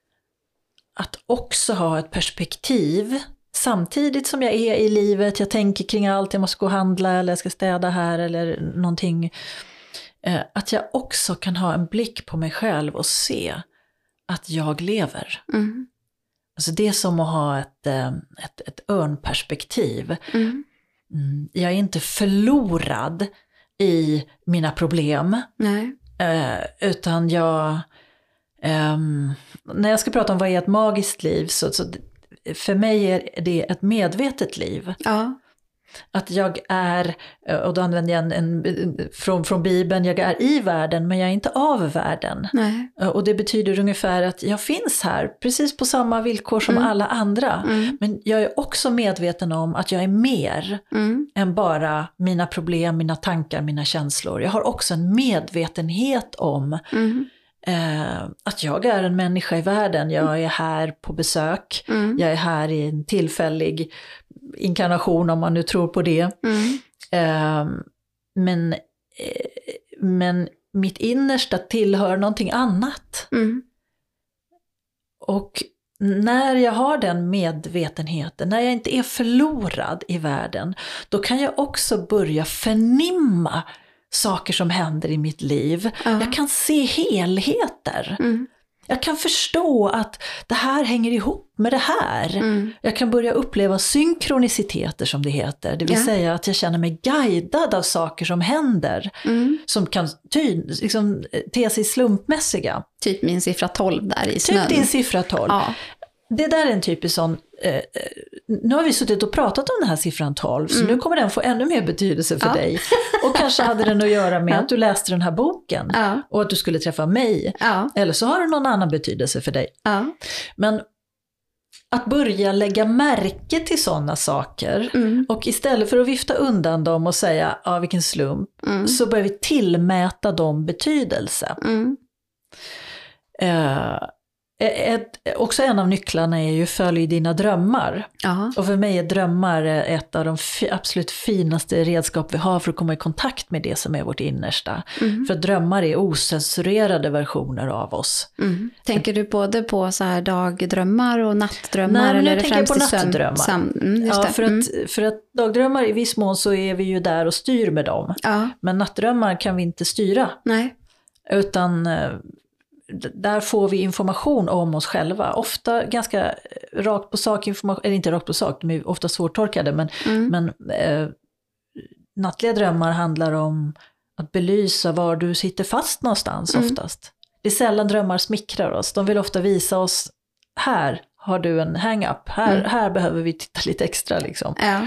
att också ha ett perspektiv. Samtidigt som jag är i livet, jag tänker kring allt, jag måste gå och handla eller jag ska städa här eller någonting. Eh, att jag också kan ha en blick på mig själv och se att jag lever. Mm. Alltså det är som att ha ett, eh, ett, ett örnperspektiv. Mm. Mm, jag är inte förlorad i mina problem. Nej. Eh, utan jag... ehm, när jag ska prata om vad är ett magiskt liv så... så för mig är det ett medvetet liv. Ja. Att jag är, och då använder jag en, en från, från Bibeln, jag är i världen men jag är inte av världen. Nej. Och det betyder ungefär att jag finns här precis på samma villkor som Mm. alla andra. Mm. Men jag är också medveten om att jag är mer Mm. än bara mina problem, mina tankar, mina känslor. Jag har också en medvetenhet om Mm. Eh, att jag är en människa i världen, jag är här på besök, Mm. jag är här i en tillfällig inkarnation om man nu tror på det. Mm. Eh, men, eh, men mitt innersta tillhör någonting annat. Mm. Och när jag har den medvetenheten, när jag inte är förlorad i världen, då kan jag också börja förnimma saker som händer i mitt liv. Ja. Jag kan se helheter. Mm. Jag kan förstå att det här hänger ihop med det här. Mm. Jag kan börja uppleva synkroniciteter som det heter. Det vill Ja. säga att jag känner mig guidad av saker som händer. Mm. Som kan ty, liksom, te sig slumpmässiga. Typ min siffra tolv där i snön. Typ din siffra tolv. Ja. Det där är en typisk sån, eh, nu har vi suttit och pratat om den här siffran tolv, så Mm. nu kommer den få ännu mer betydelse för Ja. dig. Och kanske hade den att göra med Ja. att du läste den här boken Ja. och att du skulle träffa mig. Ja. Eller så har den någon annan betydelse för dig. Ja. Men att börja lägga märke till sådana saker Mm. och istället för att vifta undan dem och säga, ja vilken slump, Mm. så börjar vi tillmäta dem betydelse. Mm. Eh, ett, också en av nycklarna är ju följ dina drömmar. Ja. Och för mig är drömmar ett av de fi, absolut finaste redskap vi har för att komma i kontakt med det som är vårt innersta. Mm. För drömmar är osensurerade versioner av oss. Mm. Tänker du både på så här dagdrömmar och nattdrömmar? Nej, men eller jag är det tänker främst på i sömn- nattdrömmar. Sam... Mm, just Ja, det. för, Mm. att, för att dagdrömmar i viss mån så är vi ju där och styr med dem. Ja. Men nattdrömmar kan vi inte styra. Nej. Utan eh, där får vi information om oss själva. Ofta ganska rakt på sak information, eller inte rakt på sak, de är ofta svårtolkade, men, mm. men eh, nattliga drömmar handlar om att belysa var du sitter fast någonstans mm. oftast. Det är sällan drömmar smickrar oss. De vill ofta visa oss, här har du en hang-up, här, mm. här behöver vi titta lite extra liksom. Ja.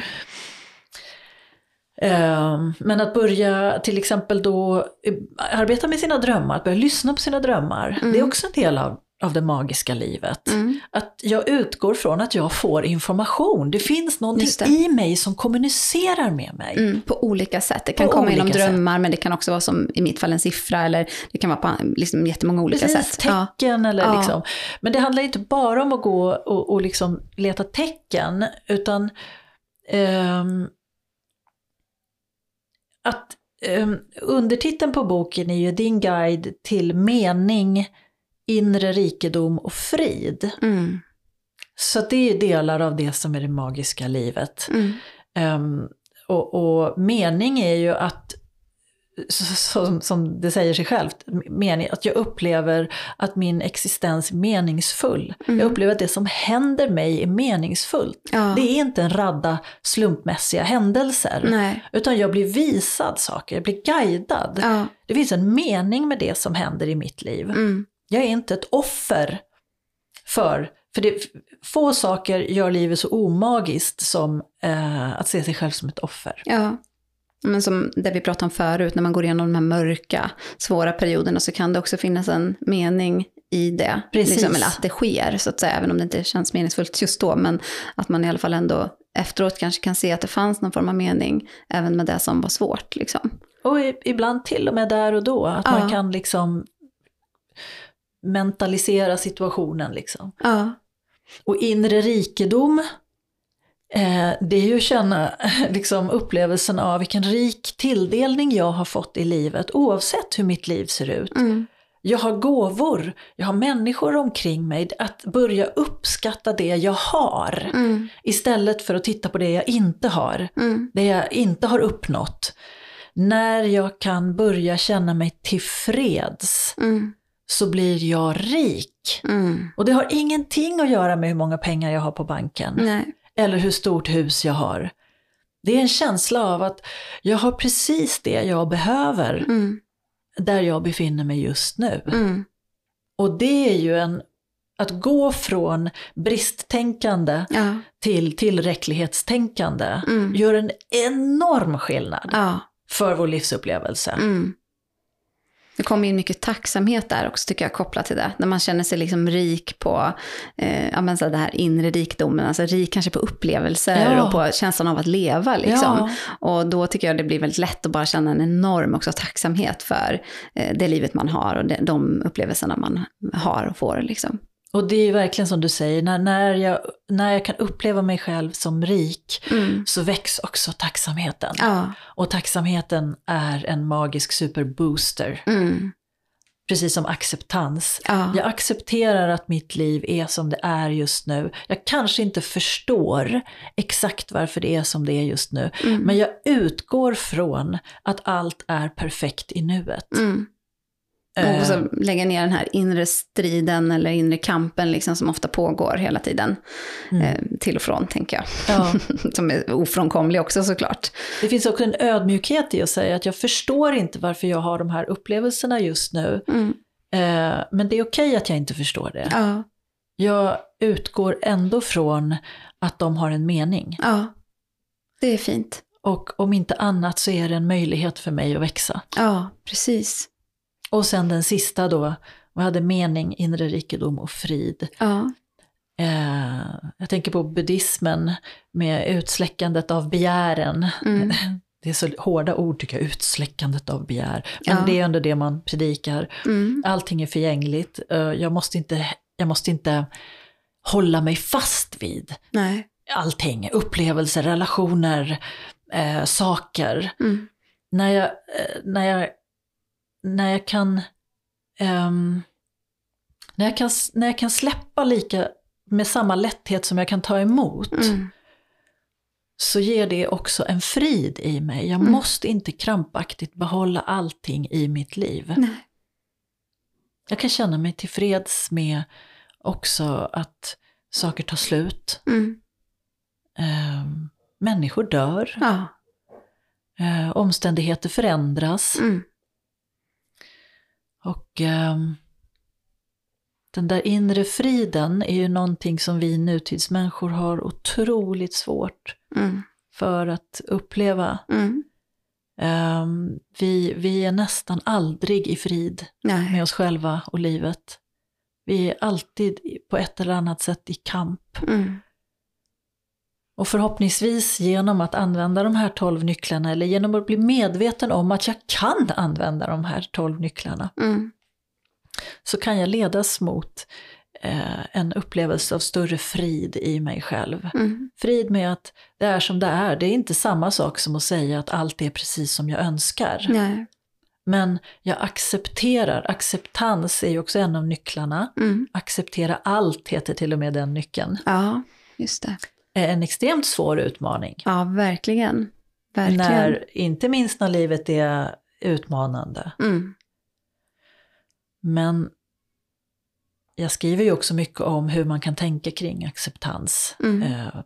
Men att börja till exempel då arbeta med sina drömmar, att börja lyssna på sina drömmar, mm. det är också en del av, av det magiska livet. Mm. Att jag utgår från att jag får information. Det finns någonting det. i mig som kommunicerar med mig. Mm, på olika sätt. Det kan på komma inom drömmar, sätt. Men det kan också vara som i mitt fall en siffra, eller det kan vara på liksom jättemånga olika Precis, sätt. tecken ja. eller ja. liksom. Men det handlar inte bara om att gå och, och liksom leta tecken, utan um, att um, undertiteln på boken är ju din guide till mening, inre rikedom och frid. Mm. Så det är ju delar av det som är det magiska livet. Mm. Um, och, och mening är ju att, som, som det säger sig självt, mening, att jag upplever att min existens är meningsfull. Mm. Jag upplever att det som händer mig är meningsfullt. Ja. Det är inte en radda slumpmässiga händelser. Nej. Utan jag blir visad saker, jag blir guidad. Ja. Det finns en mening med det som händer i mitt liv. Mm. Jag är inte ett offer för, för det, få saker gör livet så omagiskt som eh, att se sig själv som ett offer. Ja. Men som det vi pratade om förut, när man går igenom de här mörka, svåra perioderna, så kan det också finnas en mening i det. Liksom, eller att det sker, så att säga, även om det inte känns meningsfullt just då. Men att man i alla fall ändå efteråt kanske kan se att det fanns någon form av mening även med det som var svårt. Liksom. Och ibland till och med där och då, att ja. man kan liksom mentalisera situationen. Liksom. Ja. Och inre rikedom, Eh, det är ju att känna liksom, upplevelsen av vilken rik tilldelning jag har fått i livet, oavsett hur mitt liv ser ut. Mm. Jag har gåvor, jag har människor omkring mig, att börja uppskatta det jag har. Mm. Istället för att titta på det jag inte har, mm. det jag inte har uppnått. När jag kan börja känna mig tillfreds, mm. så blir jag rik. Mm. Och det har ingenting att göra med hur många pengar jag har på banken. Nej. Eller hur stort hus jag har. Det är en känsla av att jag har precis det jag behöver. Mm. Där jag befinner mig just nu. Mm. Och det är ju en, att gå från bristtänkande ja. till tillräcklighetstänkande. Mm. Gör en enorm skillnad ja. för vår livsupplevelse. Mm. Det kommer ju mycket tacksamhet där också, tycker jag, kopplat till det. När man känner sig liksom rik på eh, ja, men så det här inre rikdomen. Alltså rik kanske på upplevelser ja. och på känslan av att leva. Liksom. Ja. Och då tycker jag det blir väldigt lätt att bara känna en enorm också tacksamhet för eh, det livet man har. Och det, de upplevelserna man har och får. Liksom. Och det är ju verkligen som du säger, när, när, jag, när jag kan uppleva mig själv som rik mm. så väcks också tacksamheten. Ja. Och tacksamheten är en magisk superbooster. Mm. Precis som acceptans. Ja. Jag accepterar att mitt liv är som det är just nu. Jag kanske inte förstår exakt varför det är som det är just nu. Mm. Men jag utgår från att allt är perfekt i nuet. Mm. Och så lägga ner den här inre striden eller inre kampen liksom, som ofta pågår hela tiden. Mm. Eh, till och från, tänker jag. Ja. Som är ofrånkomlig också, såklart. Det finns också en ödmjukhet i att säga att jag förstår inte varför jag har de här upplevelserna just nu. Mm. Eh, men det är okej att jag inte förstår det. Ja. Jag utgår ändå från att de har en mening. Ja, det är fint. Och om inte annat så är det en möjlighet för mig att växa. Ja, precis. Och sen den sista då, vad hade mening, inre rikedom och frid. Ja. Eh, jag tänker på buddhismen med utsläckandet av begären. Mm. Det är så hårda ord, tycker jag, utsläckandet av begär. Men ja. det är ändå det man predikar. Mm. Allting är förgängligt. Eh, jag, måste inte, jag måste inte hålla mig fast vid Nej. allting. Upplevelser, relationer, eh, saker. Mm. När jag... Eh, när jag När jag, kan, um, när, jag kan, när jag kan släppa lika med samma lätthet som jag kan ta emot, mm. så ger det också en frid i mig. Jag mm. måste inte krampaktigt behålla allting i mitt liv. Nej. Jag kan känna mig tillfreds med också att saker tar slut. Mm. Eh, människor dör. Ja. Eh, omständigheter förändras. Mm. Och eh, den där inre friden är ju någonting som vi nutidsmänniskor har otroligt svårt Mm. för att uppleva. Mm. Um, vi, vi är nästan aldrig i frid Nej. med oss själva och livet. Vi är alltid på ett eller annat sätt i kamp. Mm. Och förhoppningsvis genom att använda de här tolv nycklarna, eller genom att bli medveten om att jag kan använda de här tolv nycklarna, Mm. så kan jag ledas mot eh, en upplevelse av större frid i mig själv. Mm. Frid med att det är som det är. Det är inte samma sak som att säga att allt är precis som jag önskar. Nej. Men jag accepterar. Acceptans är ju också en av nycklarna. Mm. Acceptera allt heter till och med den nyckeln. Ja, just det. Är en extremt svår utmaning. Ja, verkligen. Verkligen. När, inte minst när livet är utmanande. Mm. Men jag skriver ju också mycket om hur man kan tänka kring acceptans. Mm. Eh,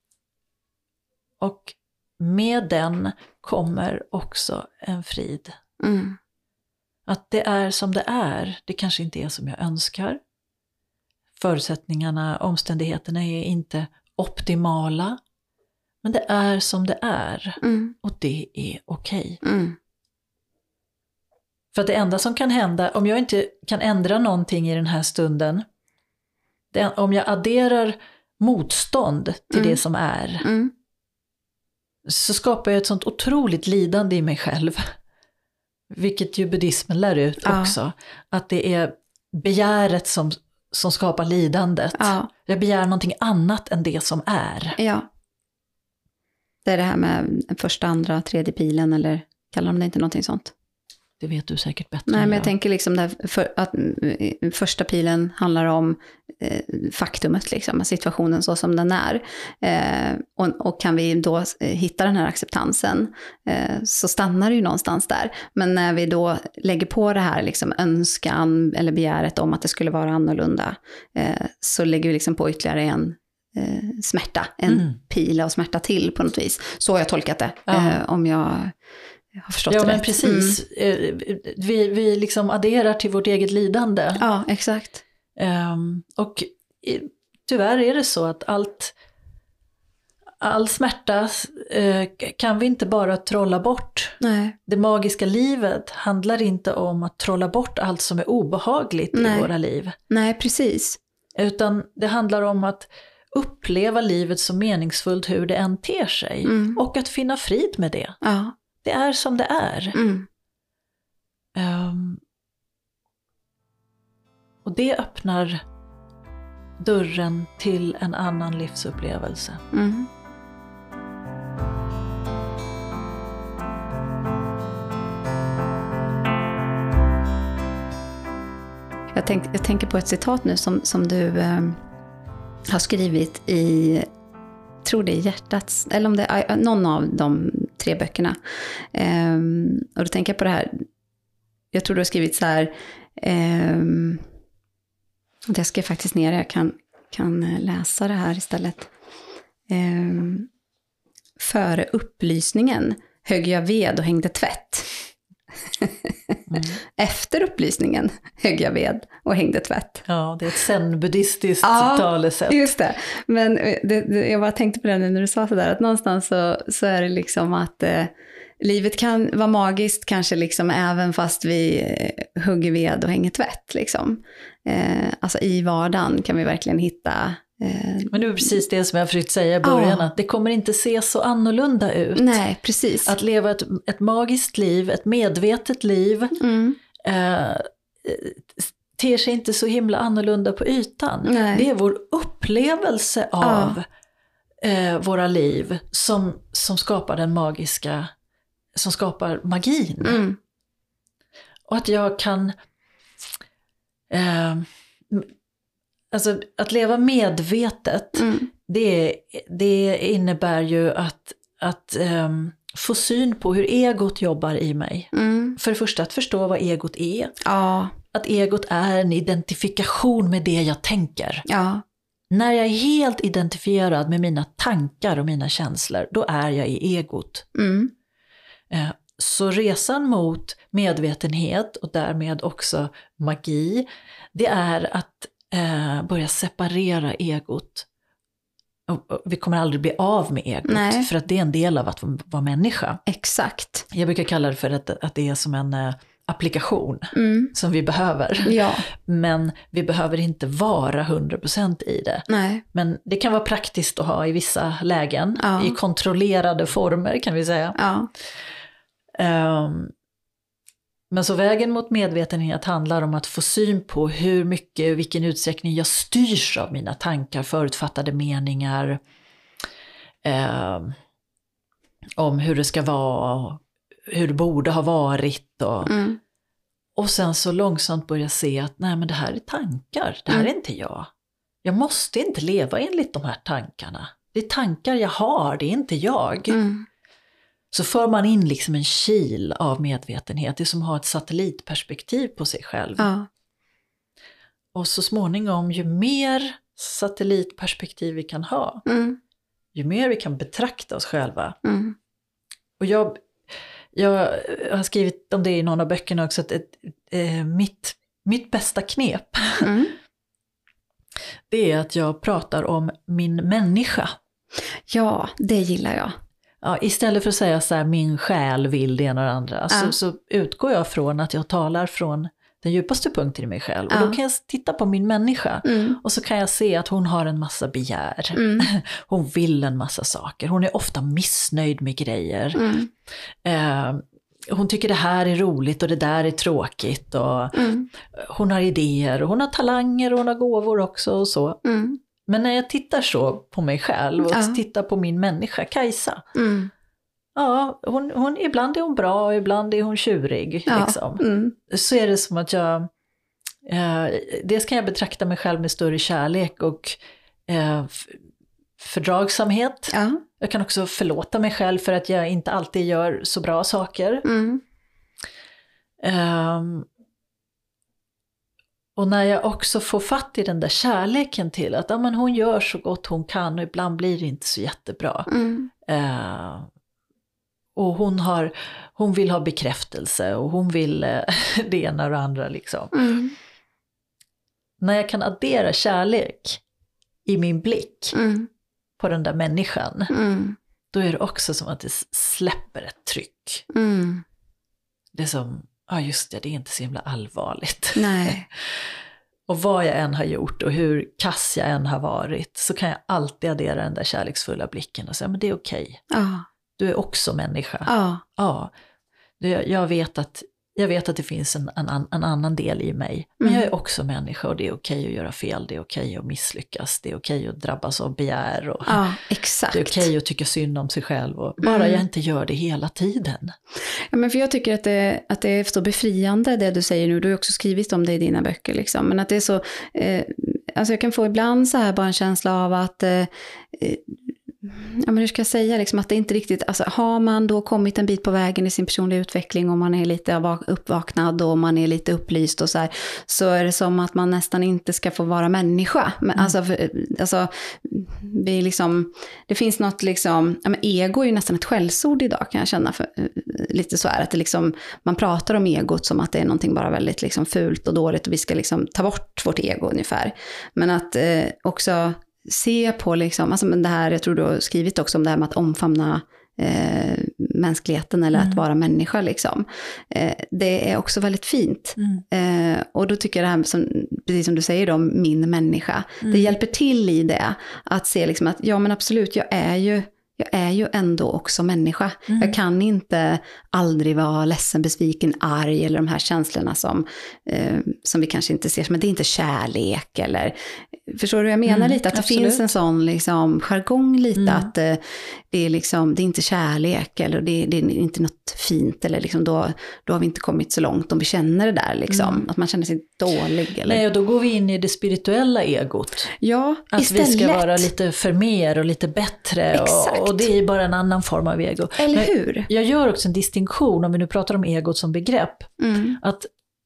och med den kommer också en frid. Mm. Att det är som det är, det kanske inte är som jag önskar. Förutsättningarna, omständigheterna är inte optimala. Men det är som det är. Mm. Och det är okej. Mm. För att det enda som kan hända, om jag inte kan ändra någonting i den här stunden, det, om jag adderar motstånd till Mm. det som är, Mm. så skapar jag ett sånt otroligt lidande i mig själv. Vilket ju buddhismen lär ut Ja. också. Att det är begäret som, som skapar lidandet. Ja. Jag begär någonting annat än det som är. Ja. Det är det här med första, andra, tredje pilen, eller kallar de det inte någonting sånt? Det vet du säkert bättre Nej, än men jag jag. tänker liksom där för, att mm, första pilen handlar om eh, faktumet, liksom, situationen så som den är. Eh, och, och kan vi då eh, hitta den här acceptansen, eh, så stannar det ju någonstans där. Men när vi då lägger på det här liksom, önskan eller begäret om att det skulle vara annorlunda, eh, så lägger vi liksom på ytterligare en eh, smärta, en Mm. pil av smärta till på något vis. Så har jag tolkat det, Ja. eh, om jag... Jag har förstått Ja, det men rätt. precis. Mm. Eh, Vi, vi liksom adderar till vårt eget lidande. Ja, exakt. Um, och i, tyvärr är det så att allt, all smärta eh, kan vi inte bara trolla bort. Nej. Det magiska livet handlar inte om att trolla bort allt som är obehagligt Nej. i våra liv. Nej, precis. Utan det handlar om att uppleva livet så meningsfullt hur det än ter sig. Mm. Och att finna frid med det. Ja. Det är som det är. Mm. Um, och det öppnar dörren till en annan livsupplevelse. Mm. Jag, tänk, jag tänker på ett citat nu som, som du eh, har skrivit i, tror det är Hjärtats, eller om det är någon av de tre böckerna. Eh, och då tänker jag på det här, jag tror du har skrivit så här, eh, jag ska faktiskt ner, jag kan, kan läsa det här istället. Eh, före upplysningen högg jag ved och hängde tvätt. Mm. Efter upplysningen högg jag ved och hängde tvätt. Ja, det är ett zen-buddhistiskt Ja, talesätt. Just det. Men det, det, jag bara tänkte på det nu när du sa sådär, att någonstans så, så är det liksom att eh, livet kan vara magiskt kanske liksom även fast vi eh, hugger ved och hänger tvätt. Liksom. Eh, alltså i vardagen kan vi verkligen hitta... Eh, Men det är precis det som jag försökt säga i början, Ja. att det kommer inte se så annorlunda ut. nej, precis. Att leva ett, ett magiskt liv, ett medvetet liv, Mm. eh, ter sig inte så himla annorlunda på ytan. Nej. Det är vår upplevelse av eh, våra liv som, som skapar den magiska, som skapar magin. Mm. Och att jag kan, eh, alltså att leva medvetet, Mm. det, det innebär ju att, att eh, få syn på hur egot jobbar i mig. Mm. För det första att förstå vad egot är. Ja, att egot är en identifikation med det jag tänker. Ja. När jag är helt identifierad med mina tankar och mina känslor, då är jag i egot. Mm. Så resan mot medvetenhet och därmed också magi, det är att eh, börja separera egot. Och, och vi kommer aldrig bli av med egot, Nej. för att det är en del av att vara människa. Exakt. Jag brukar kalla det för att, att det är som en eh, applikation Mm. som vi behöver. Ja. Men vi behöver inte vara hundra procent i det. Nej. Men det kan vara praktiskt att ha i vissa lägen, Ja. i kontrollerade former kan vi säga. Ja. Um, men så vägen mot medvetenhet handlar om att få syn på hur mycket, vilken utsträckning jag styrs av mina tankar, förutfattade meningar, um, om hur det ska vara, hur det borde ha varit. Och, Mm. och sen så långsamt börja se att nej, men det här är tankar, det här Mm. är inte jag. Jag måste inte leva enligt de här tankarna. Det är tankar jag har, det är inte jag. Mm. Så för man in liksom en kil av medvetenhet, det är som att ha ett satellitperspektiv på sig själv. Ja. Och så småningom, ju mer satellitperspektiv vi kan ha, Mm. ju mer vi kan betrakta oss själva. Mm. Och jag, jag har skrivit om det i någon av böckerna också, att ett, eh, mitt, mitt bästa knep, Mm. det är att jag pratar om min människa. Ja, det gillar jag. Ja, istället för att säga så här, min själ vill det ena och det andra, Ja. så, så utgår jag från att jag talar från den djupaste punkten i mig själv. Och Ja. då kan jag titta på min människa Mm. och så kan jag se att hon har en massa begär. Mm. Hon vill en massa saker. Hon är ofta missnöjd med grejer. Mm. Eh, hon tycker det här är roligt och det där är tråkigt. Och Mm. hon har idéer och hon har talanger och hon har gåvor också och så. Mm. Men när jag tittar så på mig själv och Ja. tittar på min människa, Kajsa. Mm. Ja, hon, hon, ibland är hon bra och ibland är hon tjurig. Ja. Liksom. Mm. Så är det som att jag, eh, dels kan jag betrakta mig själv med större kärlek och eh, f- fördragsamhet. Ja. Jag kan också förlåta mig själv för att jag inte alltid gör så bra saker. Mm. Um, och när jag också får fatt i den där kärleken till att ja, men hon gör så gott hon kan och ibland blir det inte så jättebra. Mm. Uh, och hon, har, hon vill ha bekräftelse och hon vill uh, det ena och det andra liksom. Mm. När jag kan addera kärlek i min blick Mm. på den där människan, Mm. då är det också som att det släpper ett tryck. Mm. Det är som, ja just det, det är inte så himla allvarligt. Nej. Och vad jag än har gjort och hur kass jag än har varit, så kan jag alltid addera den där kärleksfulla blicken och säga, men det är okej. Ja. Du är också människa. Ja. Ja, det, jag, vet att, jag vet att det finns en, en, en annan del i mig. Men Mm. jag är också människa och det är okej att göra fel. Det är okej att misslyckas. Det är okej att drabbas av begär. Och Ja, exakt. det är okej att tycka synd om sig själv. Och bara Mm. jag inte gör det hela tiden. Ja, men för jag tycker att det, att det är så befriande det du säger nu. Du har också skrivit om det i dina böcker. Liksom. Men att det är så, eh, alltså jag kan få ibland så här bara en känsla av att, eh, eh, ja men hur ska jag säga, liksom att det inte riktigt, alltså har man då kommit en bit på vägen i sin personliga utveckling och man är lite uppvaknad och man är lite upplyst och så här, så är det som att man nästan inte ska få vara människa. Men, Mm. alltså, för, alltså vi liksom, det finns något liksom, ja men ego är ju nästan ett skällsord idag kan jag känna, för, lite så här att det liksom, man pratar om egot som att det är någonting bara väldigt liksom fult och dåligt och vi ska liksom ta bort vårt ego ungefär. Men att eh, också se på liksom, alltså men det här, jag tror du har skrivit också om det här med att omfamna eh, mänskligheten eller Mm. att vara människa liksom. Eh, det är också väldigt fint. Mm. Eh, och då tycker jag det här, som, precis som du säger då, min människa, Mm. det hjälper till i det. Att se liksom att, ja men absolut, jag är ju Jag är ju ändå också människa. Mm. Jag kan inte aldrig vara ledsen, besviken, arg eller de här känslorna som, eh, som vi kanske inte ser. Men det är inte kärlek eller... Förstår du vad jag menar Mm, lite? Att det absolut. finns en sån liksom, jargong lite. Mm. Att eh, det, är liksom, det är inte kärlek eller det, det är inte något fint. Eller liksom, då, då har vi inte kommit så långt om vi känner det där. Liksom. Mm. Att man känner sig dålig. Eller... Nej, och då går vi in i det spirituella egot. Ja, Att istället. vi ska vara lite för mer och lite bättre. Exakt. Och, och det är bara en annan form av ego. Eller Men hur? jag gör också en distinktion, om vi nu pratar om egot som begrepp. Mm. Att,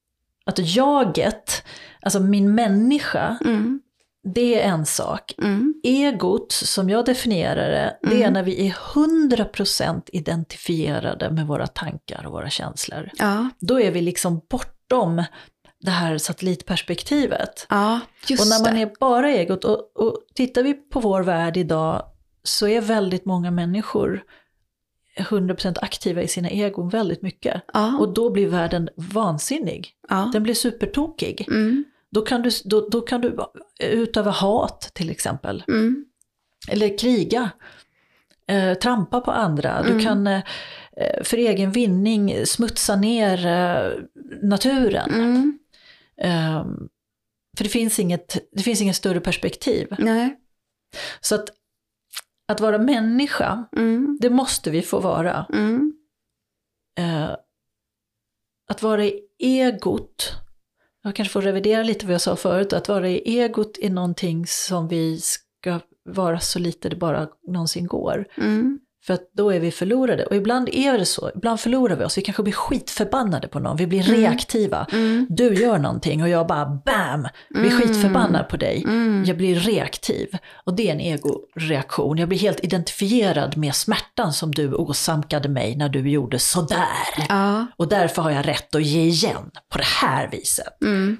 att jaget, alltså min människa, Mm. det är en sak. Mm. Egot, som jag definierar det, det Mm. är när vi är hundra procent identifierade med våra tankar och våra känslor. Ja, Då är vi liksom bortom det här satellitperspektivet. ja just Och när man det. är bara egot, och, och tittar vi på vår värld idag, så är väldigt många människor hundra procent aktiva i sina egon väldigt mycket. Ja, Och då blir världen vansinnig. ja. Den blir supertokig. Mm. Då kan du, då, då kan du utöva hat till exempel. Mm. Eller kriga. Eh, trampa på andra. Du Mm. kan eh, för egen vinning smutsa ner eh, naturen. Mm. Eh, för det finns inget, det finns inget större perspektiv. Nej. Så att, att vara människa, Mm. det måste vi få vara. Mm. Eh, att vara i egot, jag kanske får revidera lite vad jag sa förut, att vara i egot är någonting som vi ska vara så lite det bara någonsin går. Mm. För att då är vi förlorade. Och ibland är det så, ibland förlorar vi oss, vi kanske blir skitförbannade på någon, vi blir Mm. reaktiva. Mm. Du gör någonting och jag bara bam, blir Mm. skitförbannad på dig. Mm. Jag blir reaktiv. Och det är en egoreaktion. Jag blir helt identifierad med smärtan som du åsamkade mig när du gjorde sådär. Ja. Och därför har jag rätt att ge igen på det här viset. Mm.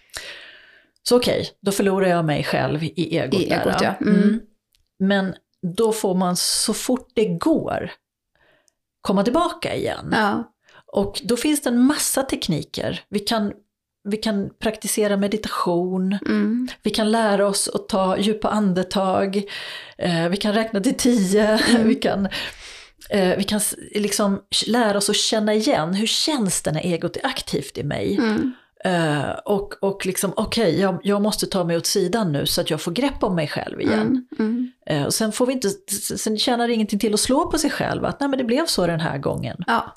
Så okej, okay, då förlorar jag mig själv i egot. I där, egot, ja. Mm. Mm. Men då får man så fort det går komma tillbaka igen. Ja. Och då finns det en massa tekniker. Vi kan, vi kan praktisera meditation. Mm. Vi kan lära oss att ta djupa andetag. Eh, vi kan räkna till tio. Mm. vi kan, eh, vi kan liksom lära oss att känna igen. Hur känns det när egot är aktivt i mig? Mm. Uh, och, och liksom, okej, okay, jag, jag måste ta mig åt sidan nu så att jag får grepp om mig själv igen. Mm. Mm. Uh, och sen får vi inte, sen tjänar det ingenting till att slå på sig själv, att nej men det blev så den här gången. Ja.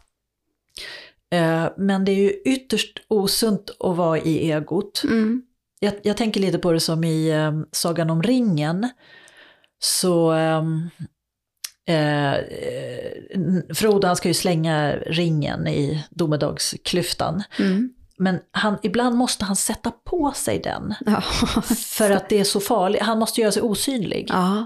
Uh, men det är ju ytterst osunt att vara i egot. Mm. Jag, jag tänker lite på det som i um, Sagan om ringen. Så um, uh, Frodo, han ska ju slänga ringen i domedagsklyftan. Mm. Men han, ibland måste han sätta på sig den. Ja. För att det är så farligt. Han måste göra sig osynlig. Ja.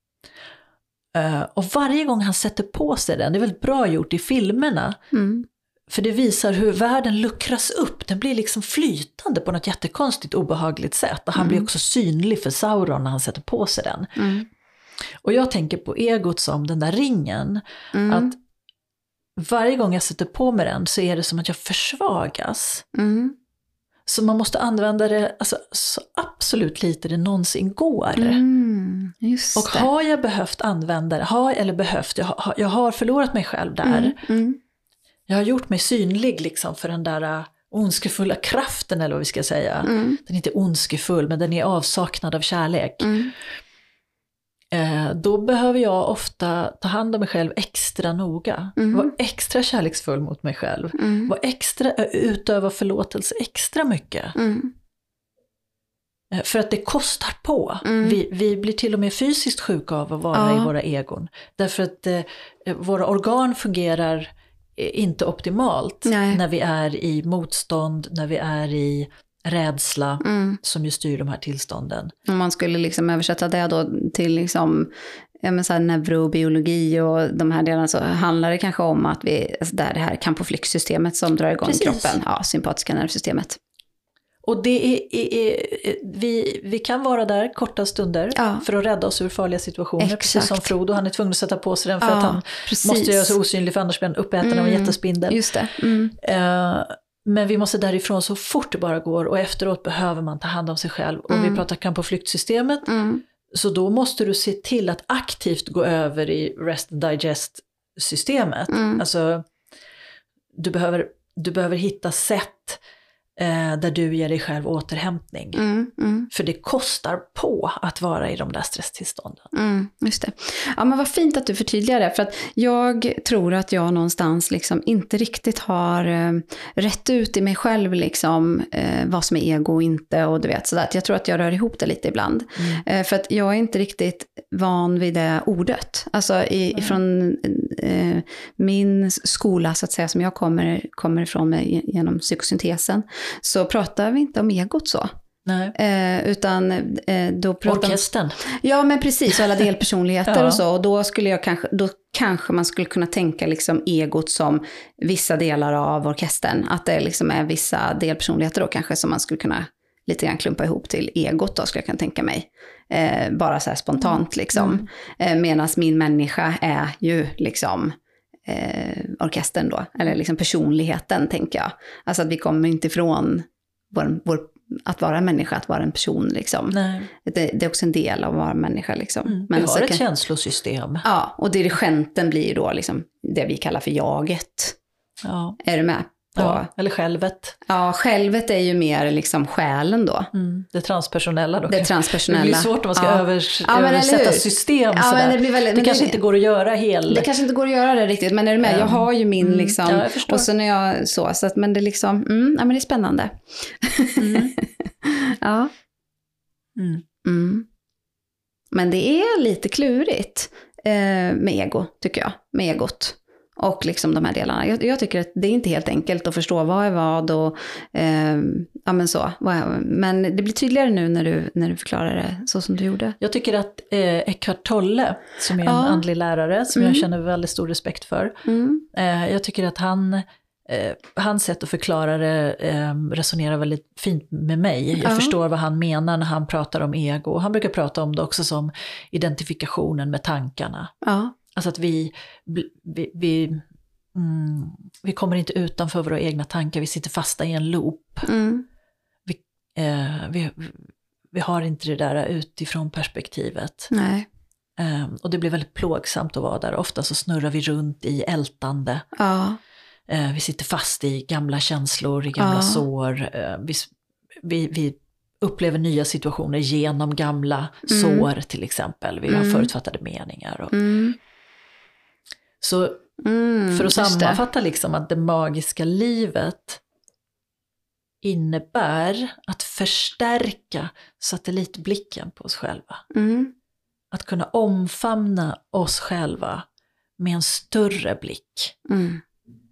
Uh, och varje gång han sätter på sig den, det är väldigt bra gjort i filmerna. Mm. För det visar hur världen luckras upp. Den blir liksom flytande på något jättekonstigt obehagligt sätt. Och han Mm. blir också synlig för Sauron när han sätter på sig den. Mm. Och jag tänker på egot som den där ringen. Mm. Att varje gång jag sätter på mig den så är det som att jag försvagas. Mm. Så man måste använda det alltså, så absolut lite det någonsin går. Mm. Just Och det. har jag behövt använda det, har, eller behövt, jag har, jag har förlorat mig själv där. Mm. Mm. Jag har gjort mig synlig liksom för den där uh, ondskefulla kraften, eller vad vi ska säga. Mm. Den är inte ondskefull, men den är avsaknad av kärlek. Mm. Eh, då behöver jag ofta ta hand om mig själv extra noga. Mm. Vara extra kärleksfull mot mig själv. Mm. Vara extra, utöva förlåtelse extra mycket. Mm. Eh, för att det kostar på. Mm. Vi, vi blir till och med fysiskt sjuka av att vara Ja. i våra egon. Därför att eh, våra organ fungerar inte optimalt Nej. när vi är i motstånd, när vi är i rädsla Mm. som ju styr de här tillstånden. Om man skulle liksom översätta det då till liksom, ja, men så här neurobiologi och de här delarna, så handlar det kanske om att vi, alltså där det här kamp- och flyktsystemet som drar igång Precis. kroppen, ja, sympatiska nervsystemet. Och det är, är, är, vi, vi kan vara där korta stunder Ja. för att rädda oss ur farliga situationer. Exakt. Precis som Frodo, han är tvungen att sätta på sig den för Ja, att han precis. måste göra sig osynlig, för annars blir han uppäten av en Mm. jättespindel. Just det. Mm. Eh, men vi måste därifrån så fort det bara går, och efteråt behöver man ta hand om sig själv. Och Mm. vi pratar kamp- och flyktsystemet, Mm. så då måste du se till att aktivt gå över i rest and digest systemet. Mm. Alltså, du behöver, du behöver hitta sätt eh, där du ger dig själv återhämtning. Mm. Mm. För det kostar på att vara i de där stresstillstånden. Mm, just det. Ja, men vad fint att du förtydligar det, för att jag tror att jag någonstans liksom inte riktigt har eh, rätt ut i mig själv liksom, eh, vad som är ego och inte, och du vet sådär. Jag tror att jag rör ihop det lite ibland. Mm. Eh, för att jag är inte riktigt van vid det ordet. Alltså i, Mm. ifrån eh, min skola så att säga som jag kommer, kommer ifrån med, genom psykosyntesen, så pratar vi inte om egot så. Nej. Eh, utan eh, då pratar orkestern. Ja, men precis, och alla delpersonligheter ja. och så. Och då skulle jag kanske, då kanske man skulle kunna tänka liksom egot som vissa delar av orkestern. Att det liksom är vissa delpersonligheter då kanske som man skulle kunna lite grann klumpa ihop till egot då, skulle jag kunna tänka mig. Eh, bara så här spontant liksom. Mm. Eh, Medan min människa är ju liksom eh, orkestern då. Eller liksom personligheten, tänker jag. Alltså att vi kommer inte ifrån vår, vår att vara en människa, att vara en person liksom. Nej. Det, det är också en del av att vara en människa liksom. Mm, Men vi har ett kan, känslosystem. Ja, och dirigenten blir då liksom det vi kallar för jaget. Ja. Är du med? Ja, eller självet. Ja, självet är ju mer liksom själen då. Mm, det transpersonella då. Det transpersonella. Det blir svårt om man ska ja. övers- ja, översätta system ja, sådär. Men det blir väldigt, det men kanske det, inte går att göra hel... Det kanske inte går att göra det riktigt, men är du med? Um, jag har ju min mm, liksom... Ja, jag förstår. Och så när jag så, så att, men det liksom... Mm, ja, men det är spännande. Mm. ja. Mm. Mm. Men det är lite klurigt eh, med ego, tycker jag. Med egot. Och liksom de här delarna. Jag, jag tycker att det är inte helt enkelt att förstå vad är vad och eh, ja men så. Men det blir tydligare nu när du, när du förklarar det så som du gjorde. Jag tycker att eh, Eckhart Tolle, som är en ja. andlig lärare som mm. jag känner väldigt stor respekt för. Mm. Eh, jag tycker att han, eh, hans sätt att förklara det eh, resonerar väldigt fint med mig. Jag ja. förstår vad han menar när han pratar om ego. Han brukar prata om det också som identifikationen med tankarna. Ja. Alltså att vi, vi, vi, mm, vi kommer inte utanför våra egna tankar, vi sitter fasta i en loop. Mm. Vi, eh, vi, vi har inte det där utifrån perspektivet. Nej. Eh, och det blir väldigt plågsamt att vara där. Ofta så snurrar vi runt i ältande. Ja. Eh, vi sitter fast i gamla känslor, i gamla ja. sår. Eh, vi, vi, vi upplever nya situationer genom gamla mm. sår till exempel. Vi har mm. förutfattade meningar. Och, mm. Så mm, för att sammanfatta liksom att det magiska livet innebär att förstärka satellitblicken på oss själva. Mm. Att kunna omfamna oss själva med en större blick. Mm.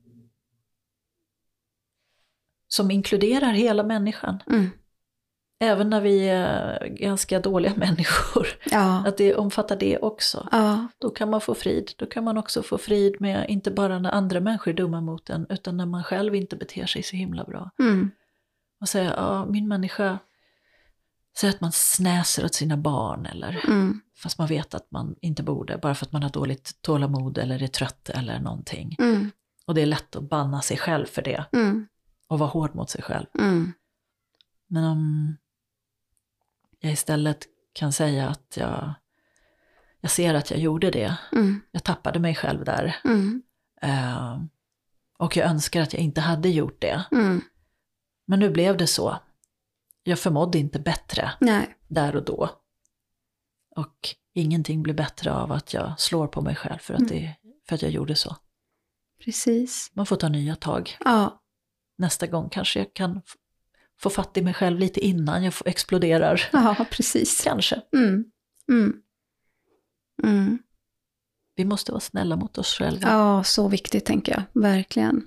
Som inkluderar hela människan. Mm. Även när vi är ganska dåliga människor. Ja. Att det omfattar det också. Ja. Då kan man få frid. Då kan man också få frid med inte bara när andra människor är dumma mot en. Utan när man själv inte beter sig så himla bra. Mm. Och säga, ja min människa. Säger att man snäser åt sina barn. Eller, Mm. fast man vet att man inte borde. Bara för att man har dåligt tålamod eller är trött eller någonting. Mm. Och det är lätt att banna sig själv för det. Mm. Och vara hård mot sig själv. Mm. Men om jag istället kan säga att jag, jag ser att jag gjorde det. Mm. Jag tappade mig själv där. Mm. Uh, och jag önskar att jag inte hade gjort det. Mm. Men nu blev det så. Jag förmådde inte bättre Nej. där och då. Och ingenting blir bättre av att jag slår på mig själv för att, Mm. det, för att jag gjorde så. Precis. Man får ta nya tag. Ja. Nästa gång kanske jag kan f- få fatt i mig själv lite innan jag får exploderar. Ja, precis. Kanske. Mm. Mm. Mm. Vi måste vara snälla mot oss själva. Ja, så viktigt tänker jag. Verkligen.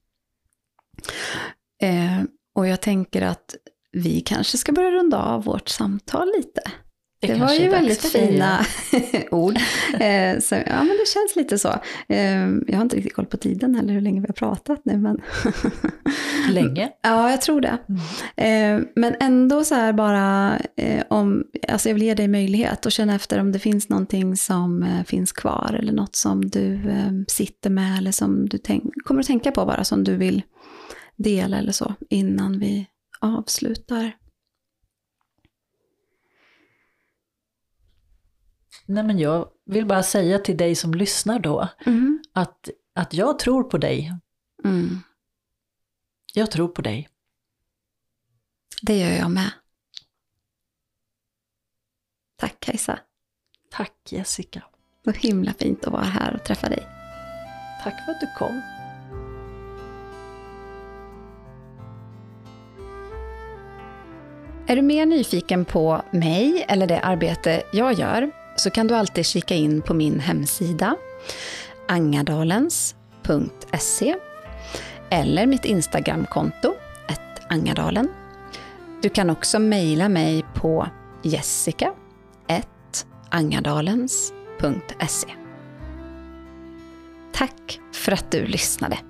Eh, och jag tänker att vi kanske ska börja runda av vårt samtal lite. Det, det var ju väldigt fina ord. Eh, så, ja, men det känns lite så. Eh, jag har inte riktigt koll på tiden eller hur länge vi har pratat nu. Men länge? Ja, jag tror det. Mm. Eh, men ändå så här bara, eh, om, alltså jag vill ge dig möjlighet att känna efter om det finns någonting som eh, finns kvar. Eller något som du eh, sitter med eller som du tänk, kommer att tänka på bara som du vill dela eller så innan vi avslutar. Nej, men jag vill bara säga till dig som lyssnar då Mm. att, att jag tror på dig. Mm. Jag tror på dig. Det gör jag med. Tack Kajsa. Tack Jessica. Så himla fint att vara här och träffa dig. Tack för att du kom. Är du mer nyfiken på mig eller det arbete jag gör så kan du alltid kika in på min hemsida angadalens punkt se eller mitt Instagramkonto at angadalen. Du kan också mejla mig på jessica at angadalens punkt se. Tack för att du lyssnade.